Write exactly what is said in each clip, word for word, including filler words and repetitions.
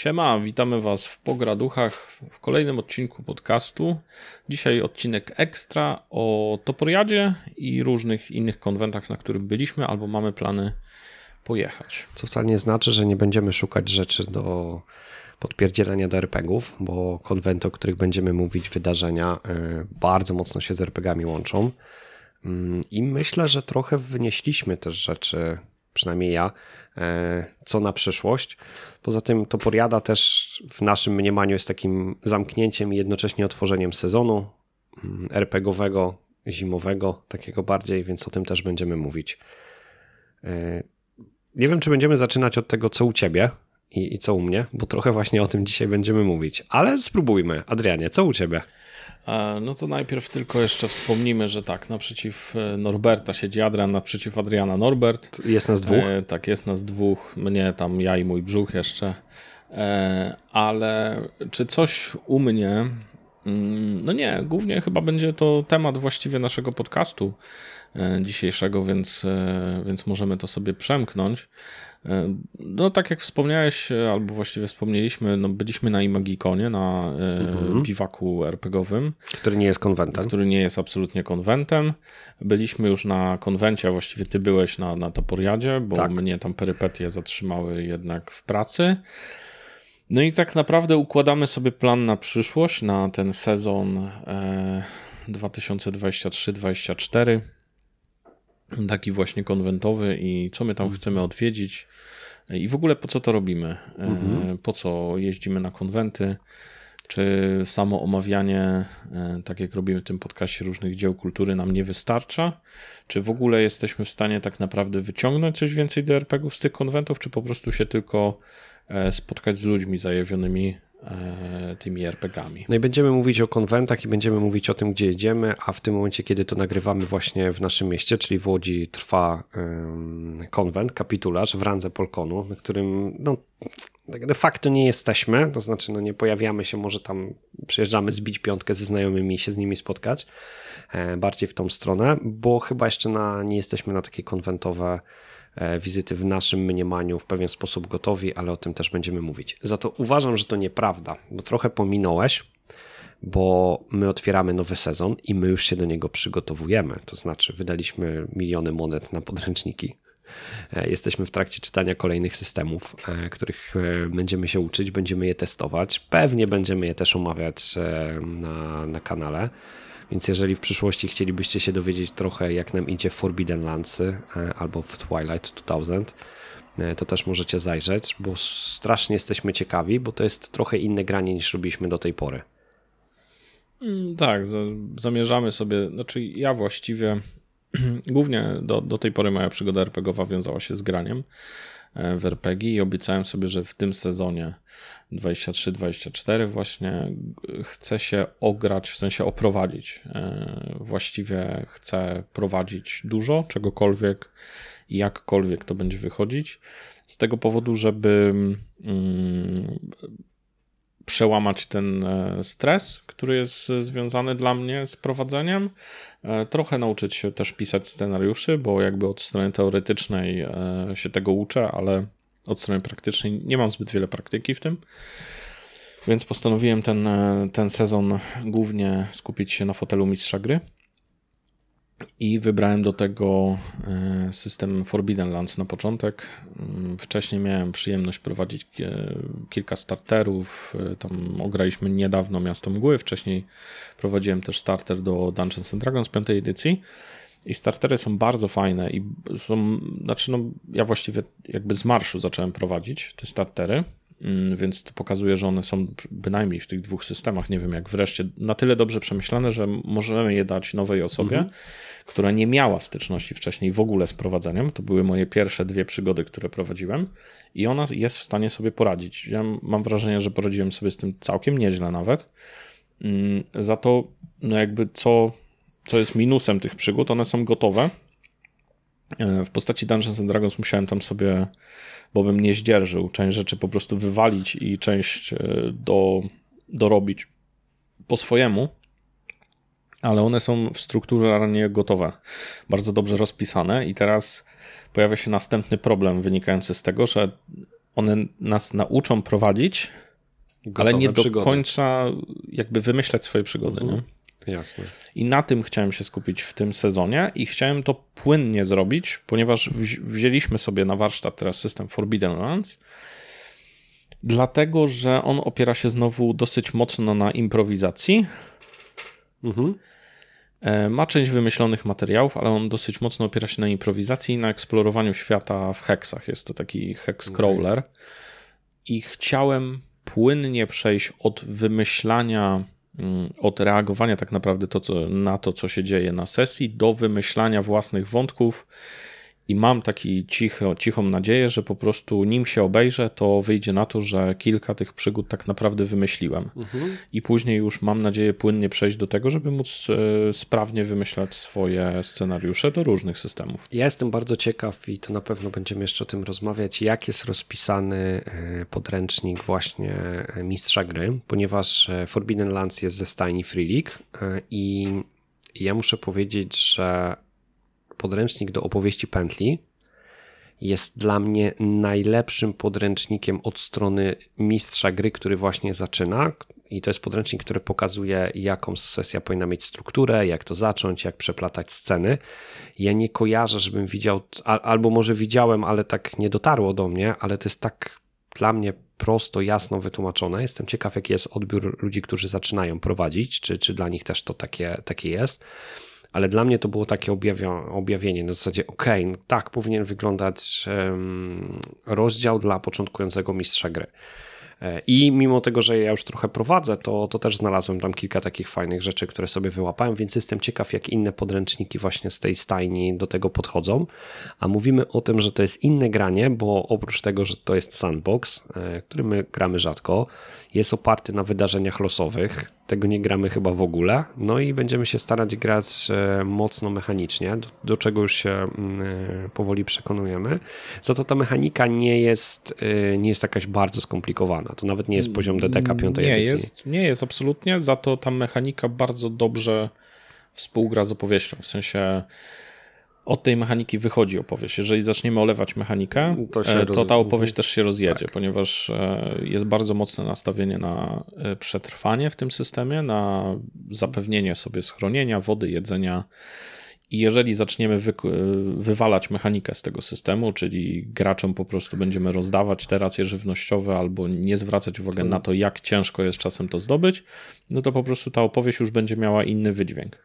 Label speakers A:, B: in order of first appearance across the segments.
A: Siema, witamy Was w Pograduchach w kolejnym odcinku podcastu. Dzisiaj odcinek ekstra o Toporiadzie i różnych innych konwentach, na których byliśmy albo mamy plany pojechać.
B: Co wcale nie znaczy, że nie będziemy szukać rzeczy do podpierdzielania do er pe gie ów, bo konwenty, o których będziemy mówić, wydarzenia bardzo mocno się z er pe gie ami łączą. I myślę, że trochę wynieśliśmy też rzeczy, przynajmniej ja, co na przyszłość. Poza tym Toporiada też w naszym mniemaniu jest takim zamknięciem i jednocześnie otworzeniem sezonu er pe gie owego, zimowego, takiego bardziej, więc o tym też będziemy mówić. Nie wiem, czy będziemy zaczynać od tego, co u ciebie i, i co u mnie, bo trochę właśnie o tym dzisiaj będziemy mówić, ale spróbujmy. Adrianie, co u ciebie?
A: No to najpierw tylko jeszcze wspomnimy, że tak, naprzeciw Norberta siedzi Adrian, naprzeciw Adriana Norbert.
B: Jest nas dwóch?
A: E, tak, jest nas dwóch, mnie tam, ja i mój brzuch jeszcze. E, ale czy coś u mnie? No nie, głównie chyba będzie to temat właściwie naszego podcastu e, dzisiejszego, więc, e, więc możemy to sobie przemknąć. No tak jak wspomniałeś, albo właściwie wspomnieliśmy, no byliśmy na Imagikonie, na mhm. biwaku er pe gie owym.
B: Który nie jest konwentem.
A: Który nie jest absolutnie konwentem. Byliśmy już na konwencie, a właściwie ty byłeś na, na Toporiadzie, bo tak. Mnie tam perypetie zatrzymały jednak w pracy. No i tak naprawdę układamy sobie plan na przyszłość, na ten sezon e, dwa tysiące dwudziesty trzeci dwudziesty czwarty. Taki właśnie konwentowy i co my tam mhm. chcemy odwiedzić i w ogóle po co to robimy, mhm. po co jeździmy na konwenty, czy samo omawianie, tak jak robimy w tym podcaście, różnych dzieł kultury nam nie wystarcza, czy w ogóle jesteśmy w stanie tak naprawdę wyciągnąć coś więcej do er pe gie ów z tych konwentów, czy po prostu się tylko spotkać z ludźmi zajawionymi tymi er pe gie ami.
B: No i będziemy mówić o konwentach i będziemy mówić o tym, gdzie jedziemy, a w tym momencie, kiedy to nagrywamy właśnie w naszym mieście, czyli w Łodzi, trwa um, konwent, kapitularz w randze Polkonu, na którym no, de facto nie jesteśmy, to znaczy no, nie pojawiamy się, może tam przyjeżdżamy zbić piątkę ze znajomymi i się z nimi spotkać, e, bardziej w tą stronę, bo chyba jeszcze na, nie jesteśmy na takie konwentowe wizyty w naszym mniemaniu w pewien sposób gotowi, ale o tym też będziemy mówić. Za to uważam, że to nieprawda, bo trochę pominąłeś, bo my otwieramy nowy sezon i my już się do niego przygotowujemy. To znaczy wydaliśmy miliony monet na podręczniki. Jesteśmy w trakcie czytania kolejnych systemów, których będziemy się uczyć, będziemy je testować. Pewnie będziemy je też omawiać na, na kanale. Więc jeżeli w przyszłości chcielibyście się dowiedzieć trochę, jak nam idzie w Forbidden Landsy albo w Twilight dwa tysiące, to też możecie zajrzeć, bo strasznie jesteśmy ciekawi, bo to jest trochę inne granie niż robiliśmy do tej pory.
A: Tak, zamierzamy sobie, znaczy ja właściwie głównie do, do tej pory moja przygoda er pe gie owa wiązała się z graniem w er pe gie i obiecałem sobie, że w tym sezonie dwudziesty trzeci dwudziesty czwarty właśnie chcę się ograć, w sensie oprowadzić. Właściwie chcę prowadzić dużo, czegokolwiek i jakkolwiek to będzie wychodzić. Z tego powodu, żeby mm, przełamać ten stres, który jest związany dla mnie z prowadzeniem. Trochę nauczyć się też pisać scenariuszy, bo jakby od strony teoretycznej się tego uczę, ale od strony praktycznej nie mam zbyt wiele praktyki w tym. Więc postanowiłem ten, ten sezon głównie skupić się na fotelu mistrza gry. I wybrałem do tego system Forbidden Lands na początek. Wcześniej miałem przyjemność prowadzić kilka starterów. Tam ograliśmy niedawno Miasto Mgły. Wcześniej prowadziłem też starter do Dungeons and Dragons piątej edycji. I startery są bardzo fajne i są, znaczy no, ja właściwie jakby z marszu zacząłem prowadzić te startery, więc to pokazuje, że one są bynajmniej w tych dwóch systemach, nie wiem jak wreszcie, na tyle dobrze przemyślane, że możemy je dać nowej osobie, mhm. która nie miała styczności wcześniej w ogóle z prowadzeniem. To były moje pierwsze dwie przygody, które prowadziłem i ona jest w stanie sobie poradzić. Ja mam wrażenie, że poradziłem sobie z tym całkiem nieźle nawet. Za to no jakby co... Co jest minusem tych przygód, one są gotowe. W postaci Dungeons and Dragons musiałem tam sobie, bo bym nie zdzierżył, część rzeczy po prostu wywalić i część do, dorobić po swojemu, ale one są w strukturalnie gotowe, bardzo dobrze rozpisane i teraz pojawia się następny problem wynikający z tego, że one nas nauczą prowadzić, gotowe ale nie do przygody. końca jakby wymyślać swoje przygody. Mhm. Nie?
B: Jasne.
A: I na tym chciałem się skupić w tym sezonie i chciałem to płynnie zrobić, ponieważ wzięliśmy sobie na warsztat teraz system Forbidden Lands, dlatego, że on opiera się znowu dosyć mocno na improwizacji. Mhm. Ma część wymyślonych materiałów, ale on dosyć mocno opiera się na improwizacji i na eksplorowaniu świata w heksach. Jest to taki hex crawler. Okay. I chciałem płynnie przejść od wymyślania, od reagowania tak naprawdę to, co, na to, co się dzieje na sesji, do wymyślania własnych wątków. I mam taki cicho, cichą nadzieję, że po prostu nim się obejrzę, to wyjdzie na to, że kilka tych przygód tak naprawdę wymyśliłem. Mhm. I później już mam nadzieję płynnie przejść do tego, żeby móc e, sprawnie wymyślać swoje scenariusze do różnych systemów.
B: Ja jestem bardzo ciekaw i to na pewno będziemy jeszcze o tym rozmawiać, jak jest rozpisany podręcznik właśnie mistrza gry, ponieważ Forbidden Lands jest ze stajni Free League i ja muszę powiedzieć, że podręcznik do opowieści pętli jest dla mnie najlepszym podręcznikiem od strony mistrza gry, który właśnie zaczyna. I to jest podręcznik, który pokazuje, jaką sesja powinna mieć strukturę, jak to zacząć, jak przeplatać sceny. Ja nie kojarzę, żebym widział, albo może widziałem, ale tak nie dotarło do mnie, ale to jest tak dla mnie prosto, jasno wytłumaczone. Jestem ciekaw, jaki jest odbiór ludzi, którzy zaczynają prowadzić, czy, czy dla nich też to takie, takie jest. Ale dla mnie to było takie objawia- objawienie na zasadzie, okej, okay, no tak powinien wyglądać um, rozdział dla początkującego mistrza gry. I mimo tego, że ja już trochę prowadzę, to, to też znalazłem tam kilka takich fajnych rzeczy, które sobie wyłapałem, więc jestem ciekaw, jak inne podręczniki właśnie z tej stajni do tego podchodzą. A mówimy o tym, że to jest inne granie, bo oprócz tego, że to jest sandbox, który my gramy rzadko, jest oparty na wydarzeniach losowych. Tego nie gramy chyba w ogóle. No i będziemy się starać grać mocno mechanicznie, do, do czego już się powoli przekonujemy. Za to ta mechanika nie jest, nie jest jakaś bardzo skomplikowana. To nawet nie jest poziom D D K piątej
A: nie
B: edycji.
A: Jest, nie jest absolutnie, za to ta mechanika bardzo dobrze współgra z opowieścią. W sensie od tej mechaniki wychodzi opowieść. Jeżeli zaczniemy olewać mechanikę, to, to roz... ta opowieść też się rozjedzie, tak. Ponieważ jest bardzo mocne nastawienie na przetrwanie w tym systemie, na zapewnienie sobie schronienia, wody, jedzenia. I jeżeli zaczniemy wy... wywalać mechanikę z tego systemu, czyli graczom po prostu będziemy rozdawać te racje żywnościowe albo nie zwracać uwagi to... na to, jak ciężko jest czasem to zdobyć, no to po prostu ta opowieść już będzie miała inny wydźwięk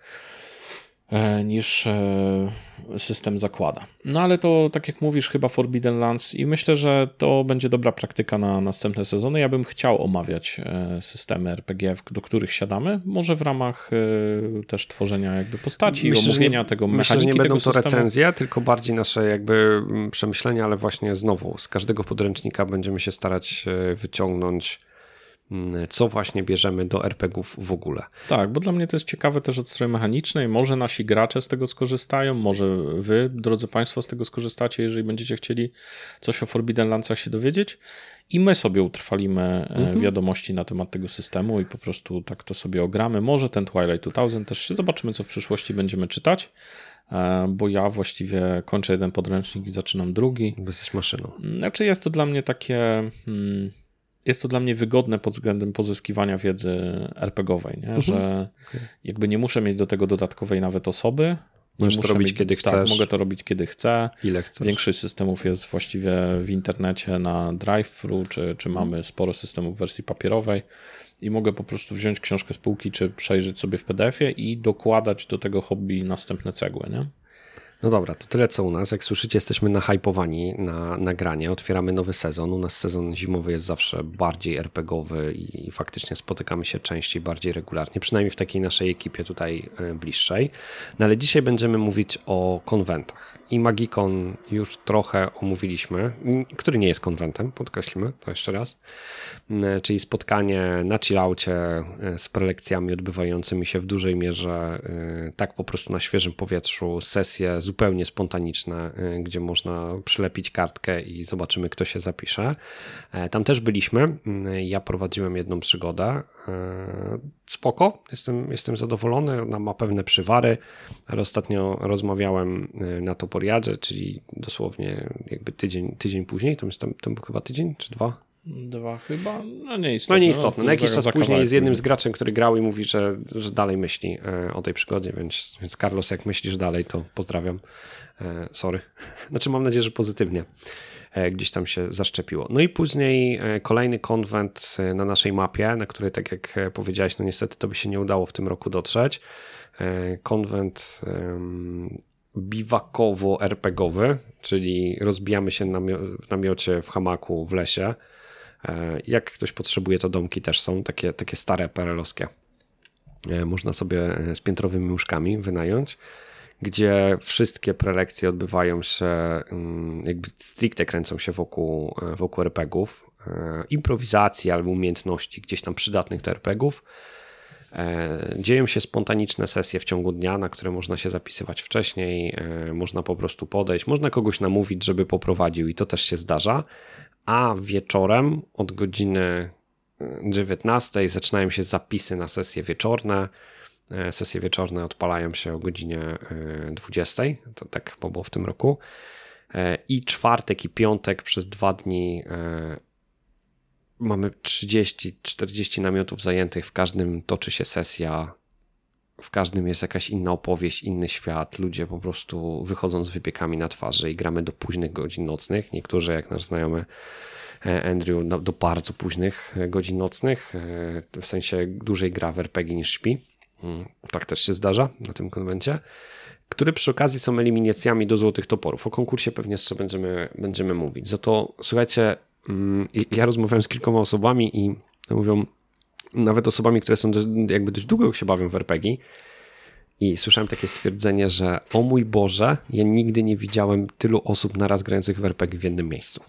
A: niż system zakłada. No ale to, tak jak mówisz, chyba Forbidden Lands i myślę, że to będzie dobra praktyka na następne sezony. Ja bym chciał omawiać systemy R P G, do których siadamy, może w ramach też tworzenia jakby postaci, myślę, omówienia nie, tego mechaniki.
B: Myślę, że nie będą to
A: systemu.
B: recenzje, tylko bardziej nasze jakby przemyślenia, ale właśnie znowu z każdego podręcznika będziemy się starać wyciągnąć, co właśnie bierzemy do er pe gie ów w ogóle.
A: Tak, bo dla mnie to jest ciekawe też od strony mechanicznej. Może nasi gracze z tego skorzystają, może wy, drodzy Państwo, z tego skorzystacie, jeżeli będziecie chcieli coś o Forbidden Landsach się dowiedzieć. I my sobie utrwalimy mhm. wiadomości na temat tego systemu i po prostu tak to sobie ogramy. Może ten Twilight dwa tysiące też się zobaczymy, co w przyszłości będziemy czytać, bo ja właściwie kończę jeden podręcznik i zaczynam drugi.
B: Bo jesteś maszyną.
A: Znaczy jest to dla mnie takie... Hmm, Jest to dla mnie wygodne pod względem pozyskiwania wiedzy er pe gie owej, nie? Mhm. Że okay. jakby nie muszę mieć do tego dodatkowej nawet osoby.
B: Możesz to robić mieć, kiedy chcesz.
A: Tak, mogę to robić kiedy chcę.
B: Ile chcesz.
A: Większość systemów jest właściwie w internecie na drive-thru, czy, czy mamy sporo systemów w wersji papierowej i mogę po prostu wziąć książkę z półki, czy przejrzeć sobie w pe de efie i dokładać do tego hobby następne cegły, nie?
B: No dobra, to tyle co u nas. Jak słyszycie, jesteśmy nahypowani na nagranie. Otwieramy nowy sezon. U nas sezon zimowy jest zawsze bardziej er pe gie owy i faktycznie spotykamy się częściej, bardziej regularnie. Przynajmniej w takiej naszej ekipie tutaj bliższej. No ale dzisiaj będziemy mówić o konwentach. I Magicon już trochę omówiliśmy, który nie jest konwentem, podkreślimy to jeszcze raz. Czyli spotkanie na chillaucie z prelekcjami odbywającymi się w dużej mierze tak po prostu na świeżym powietrzu, sesje zupełnie spontaniczne, gdzie można przylepić kartkę i zobaczymy, kto się zapisze. Tam też byliśmy. Ja prowadziłem jedną przygodę. Spoko, jestem, jestem zadowolony. Ona ma pewne przywary, ale ostatnio rozmawiałem na to Toporiadzie, czyli dosłownie jakby tydzień, tydzień później, to jest tam, tam był chyba tydzień czy dwa?
A: Dwa chyba? No nieistotne.
B: No nieistotne.
A: No,
B: na jakiś
A: za,
B: czas
A: za
B: później z jednym
A: później.
B: z graczy, który grał i mówi, że, że dalej myśli o tej przygodzie, więc, więc Carlos, jak myślisz dalej, to pozdrawiam. Sorry. Znaczy mam nadzieję, że pozytywnie gdzieś tam się zaszczepiło. No i później kolejny konwent na naszej mapie, na który, tak jak powiedziałeś, no niestety to by się nie udało w tym roku dotrzeć. Konwent um, biwakowo-er pe gie owy, czyli rozbijamy się w namiocie w hamaku w lesie. Jak ktoś potrzebuje, to domki też są, takie, takie stare pe er el-owskie. Można sobie z piętrowymi łóżkami wynająć, gdzie wszystkie prelekcje odbywają się, jakby stricte kręcą się wokół, wokół er pe gie ów, improwizacji albo umiejętności gdzieś tam przydatnych do er pe gie ów. Dzieją się spontaniczne sesje w ciągu dnia, na które można się zapisywać wcześniej, można po prostu podejść, można kogoś namówić, żeby poprowadził i to też się zdarza, a wieczorem od godziny dziewiętnastej zaczynają się zapisy na sesje wieczorne. Sesje wieczorne odpalają się o godzinie dwudziestej, to tak chyba było w tym roku, i czwartek i piątek przez dwa dni mamy trzydzieści czterdzieści namiotów zajętych, w każdym toczy się sesja, w każdym jest jakaś inna opowieść, inny świat, ludzie po prostu wychodzą z wypiekami na twarzy i gramy do późnych godzin nocnych, niektórzy jak nasz znajomy Andrew do bardzo późnych godzin nocnych, w sensie dłużej gra w er pe gie niż śpi, tak też się zdarza na tym konwencie, które przy okazji są eliminacjami do Złotych Toporów. O konkursie pewnie jeszcze będziemy, będziemy mówić. Za to słuchajcie, ja rozmawiałem z kilkoma osobami i mówią, nawet osobami, które są jakby dość długo się bawią w er pe gie i słyszałem takie stwierdzenie, że o mój Boże, ja nigdy nie widziałem tylu osób naraz grających w er pe gie w jednym miejscu.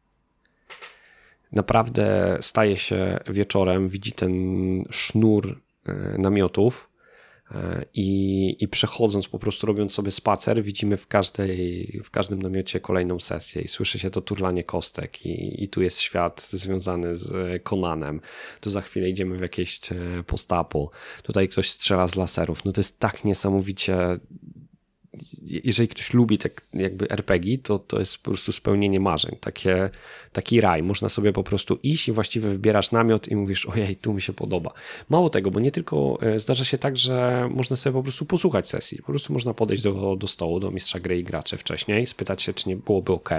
B: Naprawdę staje się wieczorem, widzi ten sznur namiotów i, i przechodząc, po prostu robiąc sobie spacer, widzimy w, każdej, w każdym namiocie kolejną sesję i słyszy się to turlanie kostek i, i tu jest świat związany z Conanem, tu za chwilę idziemy w jakieś postapo, tutaj ktoś strzela z laserów, no to jest tak niesamowicie, jeżeli ktoś lubi tak jakby er pe gie, to to jest po prostu spełnienie marzeń, takie, taki raj, można sobie po prostu iść i właściwie wybierasz namiot i mówisz, ojej, tu mi się podoba. Mało tego, bo nie tylko zdarza się tak, że można sobie po prostu posłuchać sesji, po prostu można podejść do, do stołu, do mistrza gry i graczy wcześniej, spytać się, czy nie byłoby ok,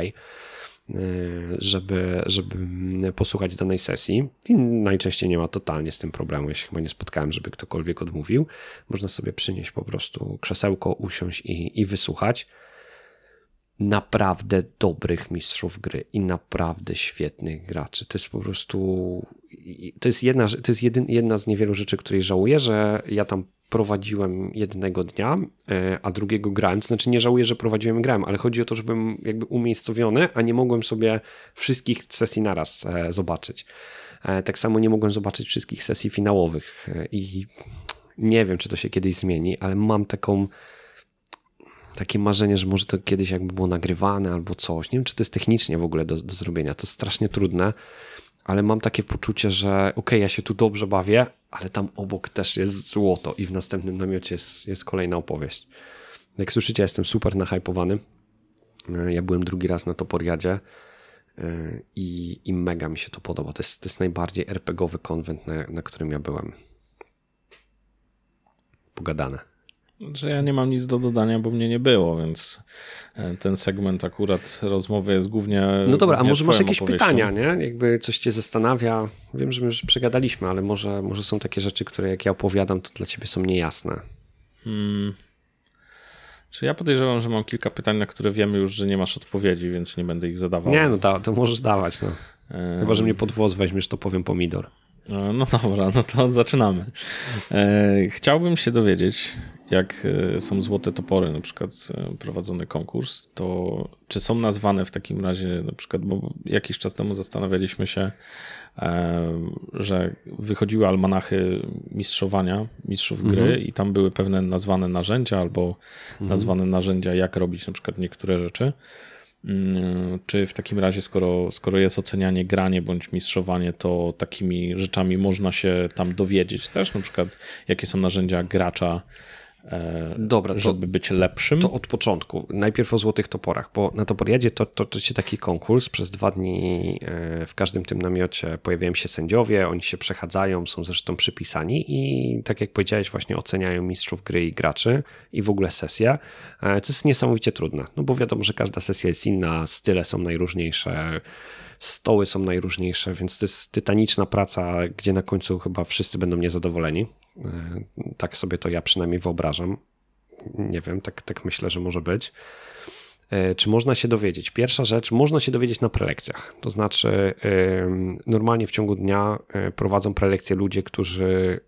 B: żeby, żeby posłuchać danej sesji i najczęściej nie ma totalnie z tym problemu, ja się chyba nie spotkałem, żeby ktokolwiek odmówił, można sobie przynieść po prostu krzesełko, usiąść i, i wysłuchać naprawdę dobrych mistrzów gry i naprawdę świetnych graczy, to jest po prostu to jest jedna, to jest jedyn, jedna z niewielu rzeczy, której żałuję, że ja tam prowadziłem jednego dnia, a drugiego grałem, to znaczy nie żałuję, że prowadziłem i grałem, ale chodzi o to, że byłem jakby umiejscowiony, a nie mogłem sobie wszystkich sesji naraz zobaczyć. Tak samo nie mogłem zobaczyć wszystkich sesji finałowych i nie wiem, czy to się kiedyś zmieni, ale mam taką takie marzenie, że może to kiedyś jakby było nagrywane albo coś. Nie wiem, czy to jest technicznie w ogóle do, do zrobienia, to jest strasznie trudne, ale mam takie poczucie, że okej, okay, ja się tu dobrze bawię, ale tam obok też jest złoto i w następnym namiocie jest, jest kolejna opowieść. Jak słyszycie, jestem super nahypowany. Ja byłem drugi raz na Toporiadzie i, i mega mi się to podoba. To jest, to jest najbardziej er pe gie owy konwent, na, na którym ja byłem. Pogadane.
A: Że ja nie mam nic do dodania, bo mnie nie było, więc ten segment akurat rozmowy jest głównie.
B: No dobra,
A: głównie
B: a może masz jakieś
A: opowieścią.
B: pytania, nie? Jakby coś cię zastanawia. Wiem, że my już przegadaliśmy, ale może, może są takie rzeczy, które jak ja opowiadam, to dla ciebie są niejasne.
A: Hmm. Czy ja podejrzewam, że mam kilka pytań, na które wiemy już, że nie masz odpowiedzi, więc nie będę ich zadawał.
B: Nie, no da, to możesz dawać. No. Um... Chyba, że mnie pod włos weźmiesz, to powiem pomidor.
A: No dobra, no to zaczynamy. Chciałbym się dowiedzieć, jak są Złote Topory, na przykład prowadzony konkurs, to czy są nazwane w takim razie, na przykład, bo jakiś czas temu zastanawialiśmy się, że wychodziły almanachy mistrzowania, mistrzów gry mhm. i tam były pewne nazwane narzędzia albo mhm. nazwane narzędzia, jak robić na przykład niektóre rzeczy. Czy w takim razie, skoro, skoro jest ocenianie, granie bądź mistrzowanie, to takimi rzeczami można się tam dowiedzieć też, na przykład jakie są narzędzia gracza Dobra, to, żeby być lepszym?
B: To od początku. Najpierw o Złotych Toporach, bo na Toporiadzie to toczy się taki konkurs. Przez dwa dni w każdym tym namiocie pojawiają się sędziowie, oni się przechadzają, są zresztą przypisani i tak jak powiedziałeś, właśnie oceniają mistrzów gry i graczy i w ogóle sesję, co jest niesamowicie trudne, no bo wiadomo, że każda sesja jest inna, style są najróżniejsze, stoły są najróżniejsze, więc to jest tytaniczna praca, gdzie na końcu chyba wszyscy będą niezadowoleni. Tak sobie to ja przynajmniej wyobrażam. Nie wiem, tak, tak myślę, że może być. Czy można się dowiedzieć? Pierwsza rzecz, można się dowiedzieć na prelekcjach. To znaczy normalnie w ciągu dnia prowadzą prelekcje ludzie, którzy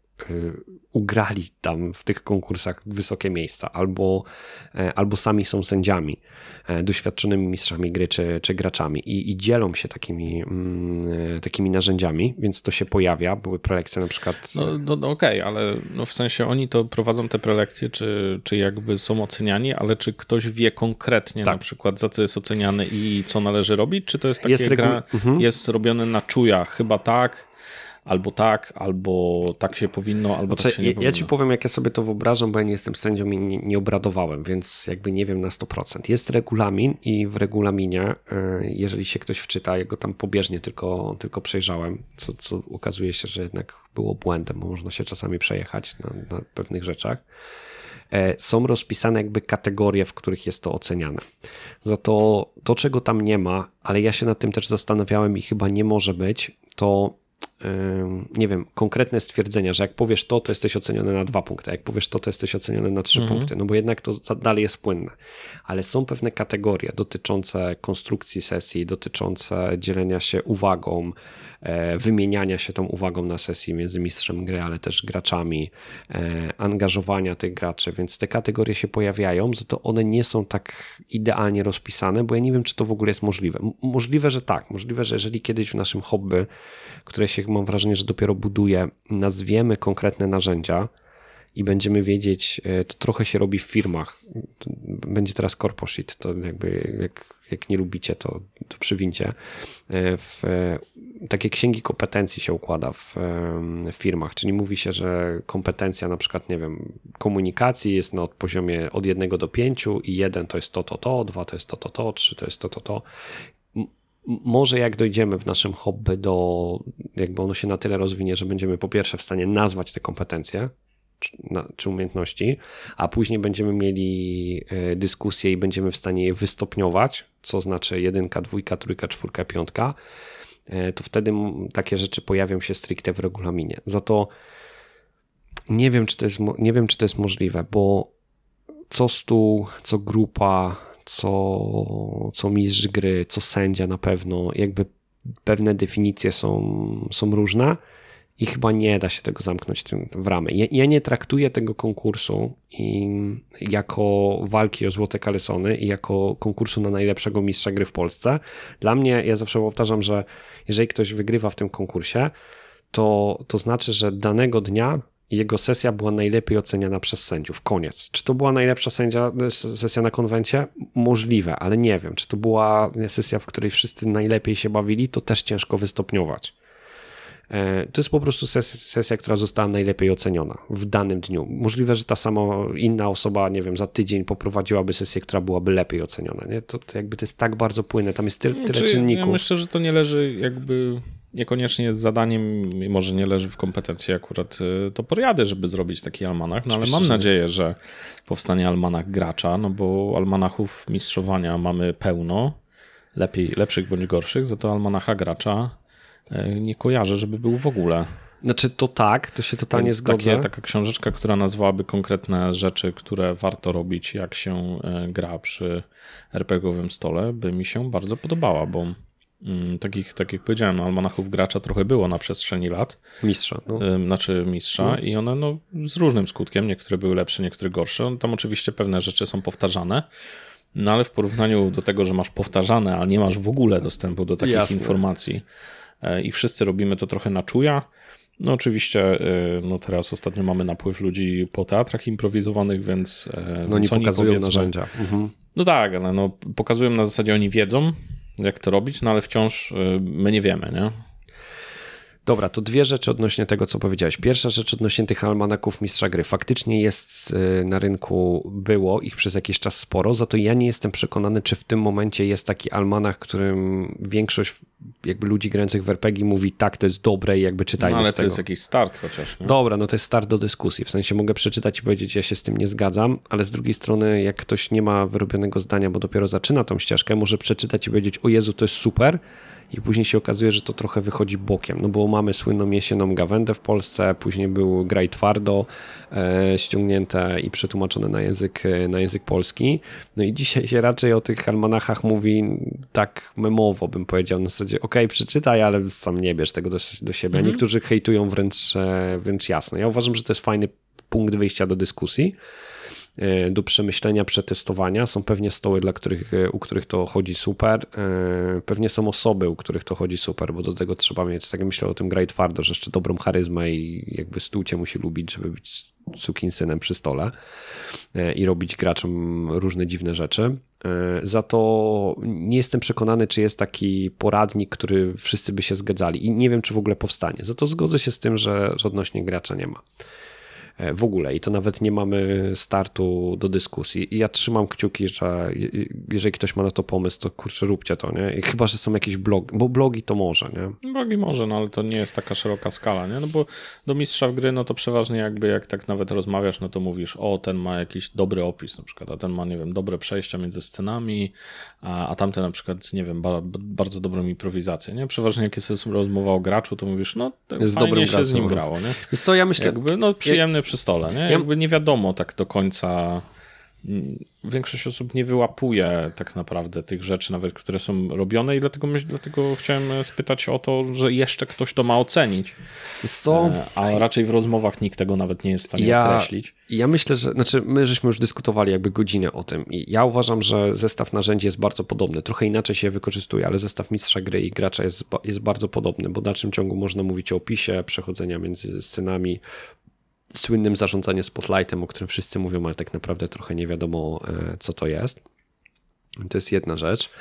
B: ugrali tam w tych konkursach wysokie miejsca, albo, albo sami są sędziami, doświadczonymi mistrzami gry czy, czy graczami i, i dzielą się takimi, mm, takimi narzędziami, więc to się pojawia. Były prelekcje na przykład...
A: No, no, no okej, okay, ale no w sensie oni to prowadzą te prelekcje, czy, czy jakby są oceniani, ale czy ktoś wie konkretnie tak. na przykład za co jest oceniany i co należy robić, czy to jest takie
B: jest regu...
A: gra,
B: mhm.
A: jest robione na czujach, chyba tak, albo tak, albo tak się powinno, albo
B: znaczy,
A: tak się nie
B: ja,
A: powinno.
B: Ja ci powiem, jak ja sobie to wyobrażam, bo ja nie jestem sędzią i nie, nie obradowałem, więc jakby nie wiem na sto procent. Jest regulamin i w regulaminie, jeżeli się ktoś wczyta, ja go tam pobieżnie tylko, tylko przejrzałem, co, co okazuje się, że jednak było błędem, bo można się czasami przejechać na, na pewnych rzeczach. Są rozpisane jakby kategorie, w których jest to oceniane. Za to, to czego tam nie ma, ale ja się nad tym też zastanawiałem i chyba nie może być, to nie wiem, konkretne stwierdzenia, że jak powiesz to, to jesteś oceniony na dwa punkty, a jak powiesz to, to jesteś oceniony na trzy mhm. punkty, no bo jednak to dalej jest płynne. Ale są pewne kategorie dotyczące konstrukcji sesji, dotyczące dzielenia się uwagą, wymieniania się tą uwagą na sesji między mistrzem gry, ale też graczami, angażowania tych graczy, więc te kategorie się pojawiają, za to one nie są tak idealnie rozpisane, bo ja nie wiem, czy to w ogóle jest możliwe. Możliwe, że tak. Możliwe, że jeżeli kiedyś w naszym hobby, które się mam wrażenie, że dopiero buduje, nazwiemy konkretne narzędzia i będziemy wiedzieć, to trochę się robi w firmach. Będzie teraz corposheet, to jakby jak, jak nie lubicie, to, to przywincie. W, takie księgi kompetencji się układa w, w firmach, czyli mówi się, że kompetencja na przykład, nie wiem, komunikacji jest na poziomie od jednego do pięciu i jeden to jest to, to, to, dwa to jest to, to, to, trzy to jest to, to, to. Może jak dojdziemy w naszym hobby do, jakby ono się na tyle rozwinie, że będziemy po pierwsze w stanie nazwać te kompetencje czy, na, czy umiejętności, a później będziemy mieli dyskusję i będziemy w stanie je wystopniować, co znaczy jedynka, dwójka, trójka, czwórka, piątka, to wtedy takie rzeczy pojawią się stricte w regulaminie. Za to nie wiem, czy to jest, nie wiem, czy to jest możliwe, bo co stół, co grupa, co, co mistrz gry, co sędzia na pewno, jakby pewne definicje są, są różne i chyba nie da się tego zamknąć w ramy. Ja, ja nie traktuję tego konkursu i jako walki o złote kalesony i jako konkursu na najlepszego mistrza gry w Polsce. Dla mnie, ja zawsze powtarzam, że jeżeli ktoś wygrywa w tym konkursie, to, to znaczy, że danego dnia jego sesja była najlepiej oceniana przez sędziów. Koniec. Czy to była najlepsza sędzia, sesja na konwencie? Możliwe, ale nie wiem. Czy to była sesja, w której wszyscy najlepiej się bawili? To też ciężko wystopniować. To jest po prostu sesja, sesja, która została najlepiej oceniona w danym dniu. Możliwe, że ta sama inna osoba, nie wiem, za tydzień poprowadziłaby sesję, która byłaby lepiej oceniona. Nie? To, to jakby to jest tak bardzo płynne. Tam jest tyle, tyle
A: znaczy,
B: czynników.
A: Ja myślę, że to nie leży jakby... Niekoniecznie jest zadaniem, może nie leży w kompetencji akurat Toporiady, żeby zrobić taki almanach, no ale mam nadzieję, że powstanie almanach gracza, no bo almanachów mistrzowania mamy pełno, lepiej, lepszych bądź gorszych, za to almanacha gracza nie kojarzę, żeby był w ogóle.
B: Znaczy to tak, to się totalnie
A: Więc
B: zgodzę.
A: Takie, taka książeczka, która nazwałaby konkretne rzeczy, które warto robić, jak się gra przy er pe gie owym stole, by mi się bardzo podobała, bo Takich, tak jak powiedziałem, no, almanachów gracza trochę było na przestrzeni lat.
B: Mistrza. No.
A: Znaczy mistrza no. I one no, z różnym skutkiem, niektóre były lepsze, niektóre gorsze. Tam oczywiście pewne rzeczy są powtarzane, no ale w porównaniu do tego, że masz powtarzane, a nie masz w ogóle dostępu do takich Jasne. informacji i wszyscy robimy to trochę na czuja. No oczywiście no teraz ostatnio mamy napływ ludzi po teatrach improwizowanych, więc
B: no nie pokazują narzędzia. Mhm.
A: No tak, ale no, pokazują na zasadzie oni wiedzą, jak to robić, no ale wciąż my nie wiemy, nie?
B: Dobra, to dwie rzeczy odnośnie tego, co powiedziałeś. Pierwsza rzecz odnośnie tych almanaków Mistrza Gry. Faktycznie jest na rynku, było ich przez jakiś czas sporo, za to ja nie jestem przekonany, czy w tym momencie jest taki almanach, którym większość jakby ludzi grających w er pe gie mówi tak, to jest dobre i jakby czytajmy
A: no, ale
B: z tego.
A: to jest jakiś start chociaż. Nie?
B: Dobra, no to jest start do dyskusji. W sensie mogę przeczytać i powiedzieć, ja się z tym nie zgadzam, ale z drugiej strony jak ktoś nie ma wyrobionego zdania, bo dopiero zaczyna tą ścieżkę, może przeczytać i powiedzieć, o Jezu, to jest super, i później się okazuje, że to trochę wychodzi bokiem, no bo mamy słynną jesienną gawędę w Polsce, później był Graj Twardo e, ściągnięte i przetłumaczone na język, na język polski, no i dzisiaj się raczej o tych almanachach mówi tak memowo, bym powiedział, na zasadzie okej, okay, przeczytaj, ale sam nie bierz tego do, do siebie, a niektórzy hejtują wręcz, wręcz jasno. Ja uważam, że to jest fajny punkt wyjścia do dyskusji, do przemyślenia, przetestowania. Są pewnie stoły, dla których, u których to chodzi super. Pewnie są osoby, u których to chodzi super, bo do tego trzeba mieć, tak jak myślę o tym Graj Twardo, że jeszcze dobrą charyzmę i jakby stół cię musi lubić, żeby być sukinsynem przy stole i robić graczom różne dziwne rzeczy. Za to nie jestem przekonany, czy jest taki poradnik, który wszyscy by się zgadzali i nie wiem, czy w ogóle powstanie. Za to zgodzę się z tym, że, że odnośnie gracza nie ma. W ogóle i to nawet nie mamy startu do dyskusji. I ja trzymam kciuki, że jeżeli ktoś ma na to pomysł, to kurczę, róbcie to, nie? I chyba, że są jakieś blogi, bo blogi to może, nie?
A: Blogi może, no ale to nie jest taka szeroka skala, nie? No bo do mistrza w gry, no to przeważnie jakby jak tak nawet rozmawiasz, no to mówisz, o, ten ma jakiś dobry opis na przykład, a ten ma, nie wiem, dobre przejścia między scenami, a, a tamten na przykład, nie wiem, ba, bardzo dobrą improwizację, nie? Przeważnie jak jest rozmowa o graczu, to mówisz, no
B: jest
A: fajnie
B: dobrym
A: się
B: graczem.
A: z nim grało, nie?
B: Wiesz co, ja myślę...
A: Jakby, no przyjemny jak... przy stole, nie?
B: Ja...
A: Jakby nie wiadomo tak do końca, większość osób nie wyłapuje tak naprawdę tych rzeczy nawet, które są robione i dlatego, myśl, dlatego chciałem spytać o to, że jeszcze ktoś to ma ocenić.
B: Co?
A: A raczej w rozmowach nikt tego nawet nie jest w stanie
B: ja,
A: określić.
B: Ja myślę, że, znaczy my żeśmy już dyskutowali jakby godzinę o tym i ja uważam, że zestaw narzędzi jest bardzo podobny. Trochę inaczej się wykorzystuje, ale zestaw mistrza gry i gracza jest, jest bardzo podobny, bo w dalszym ciągu można mówić o opisie, przechodzenia między scenami, słynnym zarządzanie spotlightem, o którym wszyscy mówią, ale tak naprawdę trochę nie wiadomo, co to jest. To jest jedna rzecz.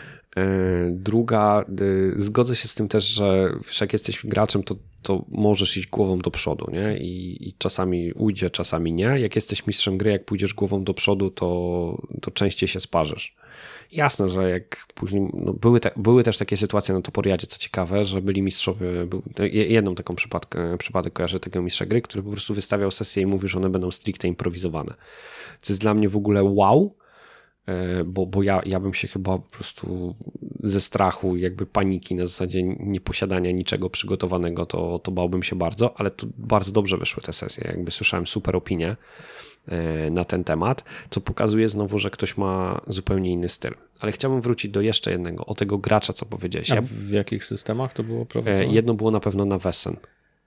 B: Druga, zgodzę się z tym też, że jak jesteś graczem, to, to możesz iść głową do przodu, nie? I, i czasami ujdzie, czasami nie. Jak jesteś mistrzem gry, jak pójdziesz głową do przodu, to, to częściej się sparzysz. Jasne, że jak później, no były, te, były też takie sytuacje na Toporiadzie, co ciekawe, że byli mistrzowie, był, jedną taką przypadkę, przypadek kojarzę takiego mistrza gry, który po prostu wystawiał sesję i mówił, że one będą stricte improwizowane. Co jest dla mnie w ogóle wow, bo, bo ja, ja bym się chyba po prostu ze strachu, jakby paniki na zasadzie nieposiadania niczego przygotowanego, to, to bałbym się bardzo, ale tu bardzo dobrze wyszły te sesje, jakby słyszałem super opinie na ten temat, co pokazuje znowu, że ktoś ma zupełnie inny styl. Ale chciałbym wrócić do jeszcze jednego, o tego gracza, co powiedziałeś.
A: A w jakich systemach to było prowadzone?
B: Jedno było na pewno na Wesen,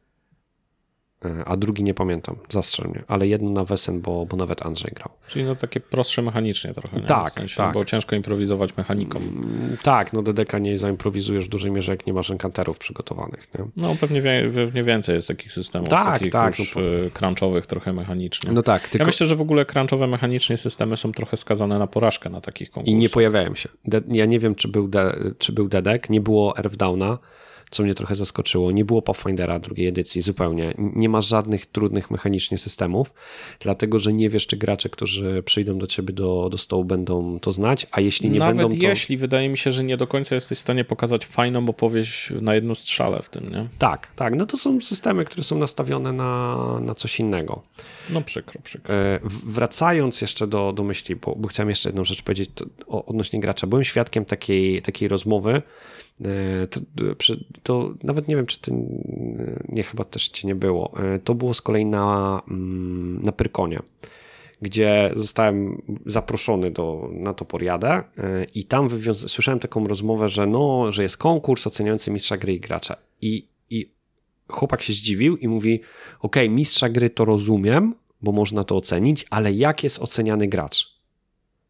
B: a drugi nie pamiętam, zastrzel mnie, ale jedno na Wesen, bo, bo nawet Andrzej grał.
A: Czyli no takie prostsze mechanicznie trochę, nie?
B: Tak,
A: w sensie,
B: tak.
A: Bo ciężko improwizować mechaniką.
B: Tak, no D D K nie zaimprowizujesz w dużej mierze, jak nie masz enkanterów przygotowanych. Nie?
A: No pewnie, pewnie więcej jest takich systemów,
B: tak,
A: takich
B: tak,
A: już
B: no,
A: crunchowych, trochę mechanicznych.
B: No tak, tylko...
A: Ja myślę, że w ogóle crunchowe mechanicznie systemy są trochę skazane na porażkę na takich konkursach.
B: I nie pojawiają się. De- ja nie wiem, czy był, de- czy był D D K, nie było Earthdowna, co mnie trochę zaskoczyło. Nie było Pathfindera drugiej edycji zupełnie. Nie ma żadnych trudnych mechanicznie systemów, dlatego że nie wiesz, czy gracze, którzy przyjdą do ciebie do, do stołu, będą to znać, a jeśli nie
A: Nawet
B: będą, to...
A: Nawet jeśli, wydaje mi się, że nie do końca jesteś w stanie pokazać fajną opowieść na jedną strzale w tym, nie?
B: Tak, tak. No to są systemy, które są nastawione na, na coś innego.
A: No przykro, przykro.
B: Wracając jeszcze do, do myśli, bo, bo chciałem jeszcze jedną rzecz powiedzieć to, o, odnośnie gracza. Byłem świadkiem takiej, takiej rozmowy. To, to nawet nie wiem, czy ty, nie, chyba też cię nie było. To było z kolei na, na Pyrkonie, gdzie zostałem zaproszony do, na Toporiadę i tam wywiąza- słyszałem taką rozmowę, że no, że jest konkurs oceniający mistrza gry i gracza. I, i chłopak się zdziwił i mówi, okej, okay, mistrza gry to rozumiem, bo można to ocenić, ale jak jest oceniany gracz?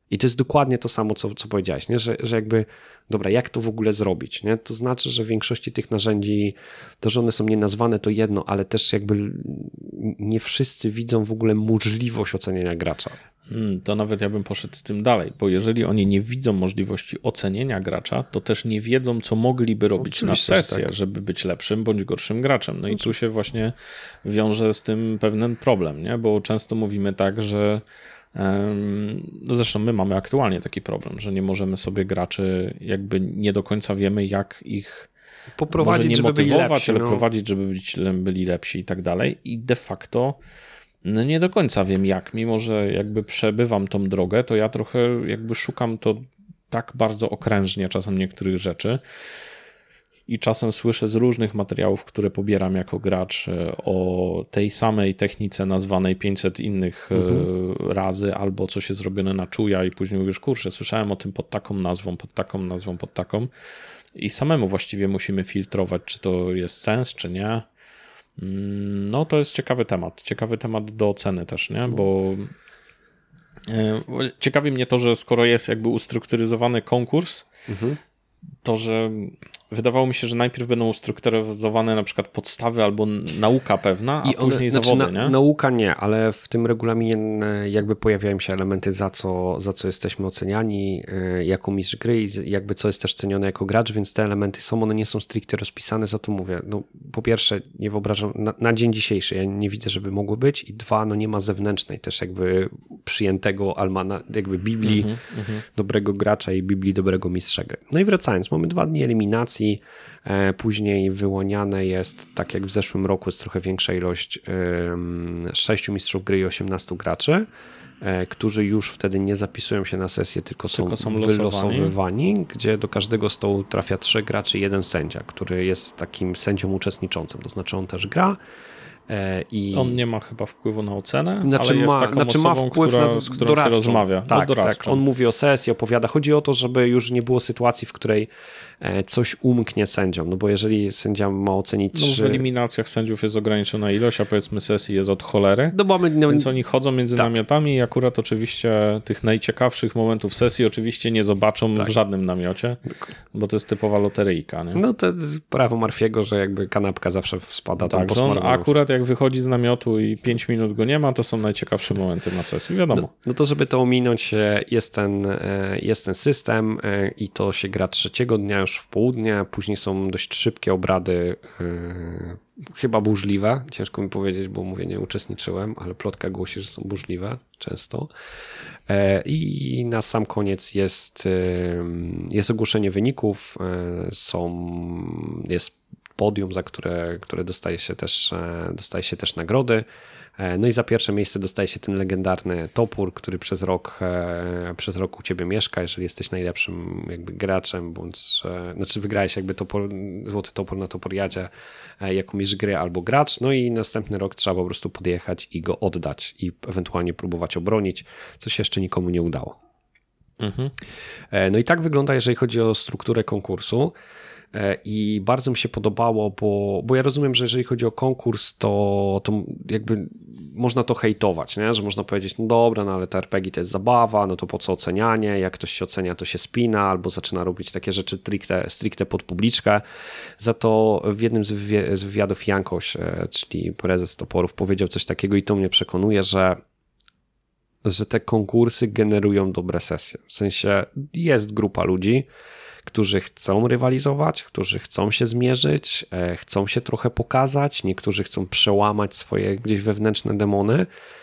B: I to jest dokładnie to samo, co, co powiedziałeś, nie? Że, że jakby, dobra, jak to w ogóle zrobić? Nie? To znaczy, że w większości tych narzędzi, to, że one są nienazwane, to jedno, ale też jakby nie wszyscy widzą w ogóle możliwość oceniania gracza.
A: Hmm, to nawet ja bym poszedł z tym dalej, bo jeżeli oni nie widzą możliwości ocenienia gracza, to też nie wiedzą, co mogliby robić Oczywiście, na sesję, tak. żeby być lepszym bądź gorszym graczem. No i tu się właśnie wiąże z tym pewien problem, nie? Bo często mówimy tak, że no zresztą my mamy aktualnie taki problem, że nie możemy sobie graczy, jakby nie do końca wiemy, jak ich
B: poprowadzić,
A: może nie
B: żeby
A: motywować,
B: byli lepsi,
A: ale
B: no.
A: prowadzić, żeby być, byli lepsi i tak dalej. I de facto no nie do końca wiem jak, mimo że jakby przebywam tą drogę, to ja trochę jakby szukam to tak bardzo okrężnie czasem niektórych rzeczy. I czasem słyszę z różnych materiałów, które pobieram jako gracz o tej samej technice nazwanej pięćset innych mhm. razy, albo coś jest zrobione na czuja i później mówisz, kurczę, słyszałem o tym pod taką nazwą, pod taką nazwą, pod taką i samemu właściwie musimy filtrować, czy to jest sens, czy nie. No to jest ciekawy temat, ciekawy temat do oceny też, nie, bo ciekawi mnie to, że skoro jest jakby ustrukturyzowany konkurs, mhm. to, że wydawało mi się, że najpierw będą ustrukturyzowane na przykład podstawy albo nauka pewna, a I one, później znaczy zawody,
B: na,
A: nie?
B: Nauka nie, ale w tym regulaminie jakby pojawiają się elementy, za co, za co jesteśmy oceniani jako mistrz gry i jakby co jest też cenione jako gracz, więc te elementy są, one nie są stricte rozpisane, za to mówię. No, po pierwsze, nie wyobrażam, na, na dzień dzisiejszy ja nie widzę, żeby mogły być i dwa, no nie ma zewnętrznej też jakby przyjętego almana, jakby Biblii mm-hmm, mm-hmm. dobrego gracza i Biblii dobrego mistrza gry. No i wracając, mamy dwa dni eliminacji, później wyłaniane jest, tak jak w zeszłym roku, jest trochę większa ilość sześciu mistrzów gry i osiemnastu graczy, którzy już wtedy nie zapisują się na sesję, tylko są, tylko są wylosowywani, gdzie do każdego stołu trafia trzech graczy i jeden sędzia, który jest takim sędzią uczestniczącym, to znaczy on też gra. I...
A: On nie ma chyba wpływu na ocenę,
B: znaczy
A: ale jest
B: ma,
A: taką
B: znaczy
A: osobą,
B: ma wpływ
A: która,
B: na
A: z którą
B: doradczą.
A: się rozmawia.
B: Tak,
A: no,
B: tak, on mówi o sesji, opowiada. Chodzi o to, żeby już nie było sytuacji, w której coś umknie sędziom, no bo jeżeli sędzia ma ocenić...
A: No w eliminacjach sędziów jest ograniczona ilość, a powiedzmy sesji jest od cholery,
B: no, mamy, no,
A: więc oni chodzą między tak. namiotami i akurat oczywiście tych najciekawszych momentów sesji oczywiście nie zobaczą tak. w żadnym namiocie, bo to jest typowa loteryjka. Nie?
B: No to jest prawo Murphy'ego, że jakby kanapka zawsze spada tam
A: tak,
B: po
A: on akurat jak wychodzi z namiotu i pięć minut go nie ma, to są najciekawsze momenty na sesji, wiadomo.
B: No, no to żeby to ominąć, jest ten, jest ten system i to się gra trzeciego dnia już w południe, później są dość szybkie obrady, chyba burzliwe, ciężko mi powiedzieć, bo mówię, nie uczestniczyłem, ale plotka głosi, że są burzliwe często. I na sam koniec jest, jest ogłoszenie wyników, są, jest podium, za które, które dostaje się też, dostaje się też nagrody. No i za pierwsze miejsce dostaje się ten legendarny topór, który przez rok, przez rok u ciebie mieszka, jeżeli jesteś najlepszym jakby graczem, bądź, znaczy wygrałeś jakby topor, złoty topór na Toporiadzie jako mistrz gry albo gracz, no i następny rok trzeba po prostu podjechać i go oddać i ewentualnie próbować obronić, co się jeszcze nikomu nie udało. Mhm. No i tak wygląda, jeżeli chodzi o strukturę konkursu. I bardzo mi się podobało, bo, bo ja rozumiem, że jeżeli chodzi o konkurs, to, to jakby można to hejtować, nie? Że można powiedzieć, no dobra, no ale te er pe gie to jest zabawa, no to po co ocenianie, jak ktoś się ocenia, to się spina, albo zaczyna robić takie rzeczy stricte, stricte pod publiczkę. Za to w jednym z, wywi- z wywiadów Jankoś, czyli prezes Toporów, powiedział coś takiego i to mnie przekonuje, że że te konkursy generują dobre sesje. W sensie jest grupa ludzi, którzy chcą rywalizować, którzy chcą się zmierzyć, chcą się trochę pokazać, niektórzy chcą przełamać swoje gdzieś wewnętrzne demony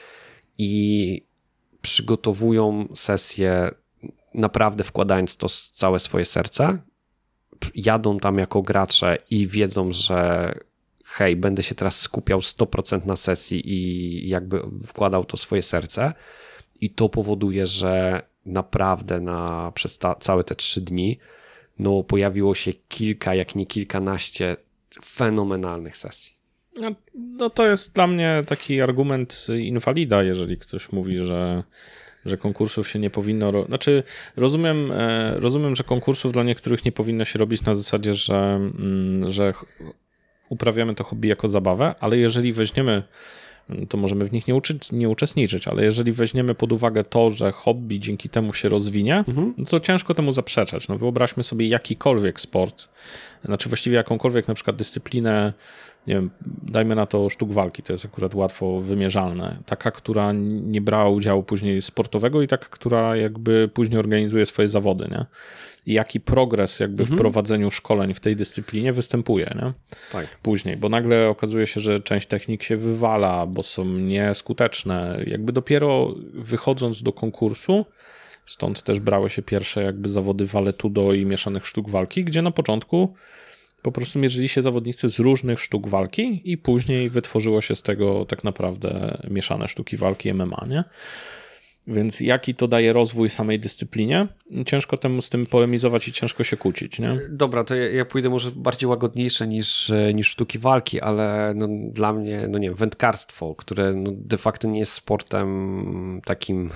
B: i przygotowują sesję naprawdę wkładając to całe swoje serce, jadą tam jako gracze i wiedzą, że hej, będę się teraz skupiał sto procent na sesji i jakby wkładał to swoje serce i to powoduje, że naprawdę na, przez ta, całe te trzy dni no pojawiło się kilka, jak nie kilkanaście fenomenalnych sesji.
A: No, no to jest dla mnie taki argument inwalida, jeżeli ktoś mówi, że, że konkursów się nie powinno... Ro... Znaczy rozumiem, rozumiem, że konkursów dla niektórych nie powinno się robić na zasadzie, że, że uprawiamy to hobby jako zabawę, ale jeżeli weźmiemy to możemy w nich nie, uczyć, nie uczestniczyć, ale jeżeli weźmiemy pod uwagę to, że hobby dzięki temu się rozwinie, mhm. no to ciężko temu zaprzeczać. No wyobraźmy sobie jakikolwiek sport, znaczy właściwie jakąkolwiek na przykład dyscyplinę, nie wiem, dajmy na to sztuk walki, to jest akurat łatwo wymierzalne. Taka, która nie brała udziału później sportowego i taka, która jakby później organizuje swoje zawody, nie? I jaki progres jakby mhm. w prowadzeniu szkoleń w tej dyscyplinie występuje, nie?
B: Tak.
A: Później, bo nagle okazuje się, że część technik się wywala, bo są nieskuteczne. Jakby dopiero wychodząc do konkursu, stąd też brały się pierwsze jakby zawody valetudo i mieszanych sztuk walki, gdzie na początku po prostu mierzyli się zawodnicy z różnych sztuk walki i później wytworzyło się z tego tak naprawdę mieszane sztuki walki M M A, nie? Więc jaki to daje rozwój samej dyscyplinie? Ciężko temu z tym polemizować i ciężko się kłócić, nie?
B: Dobra, to ja, ja pójdę może bardziej łagodniejsze niż, niż sztuki walki, ale no, dla mnie, no nie wiem, wędkarstwo, które no, de facto nie jest sportem takim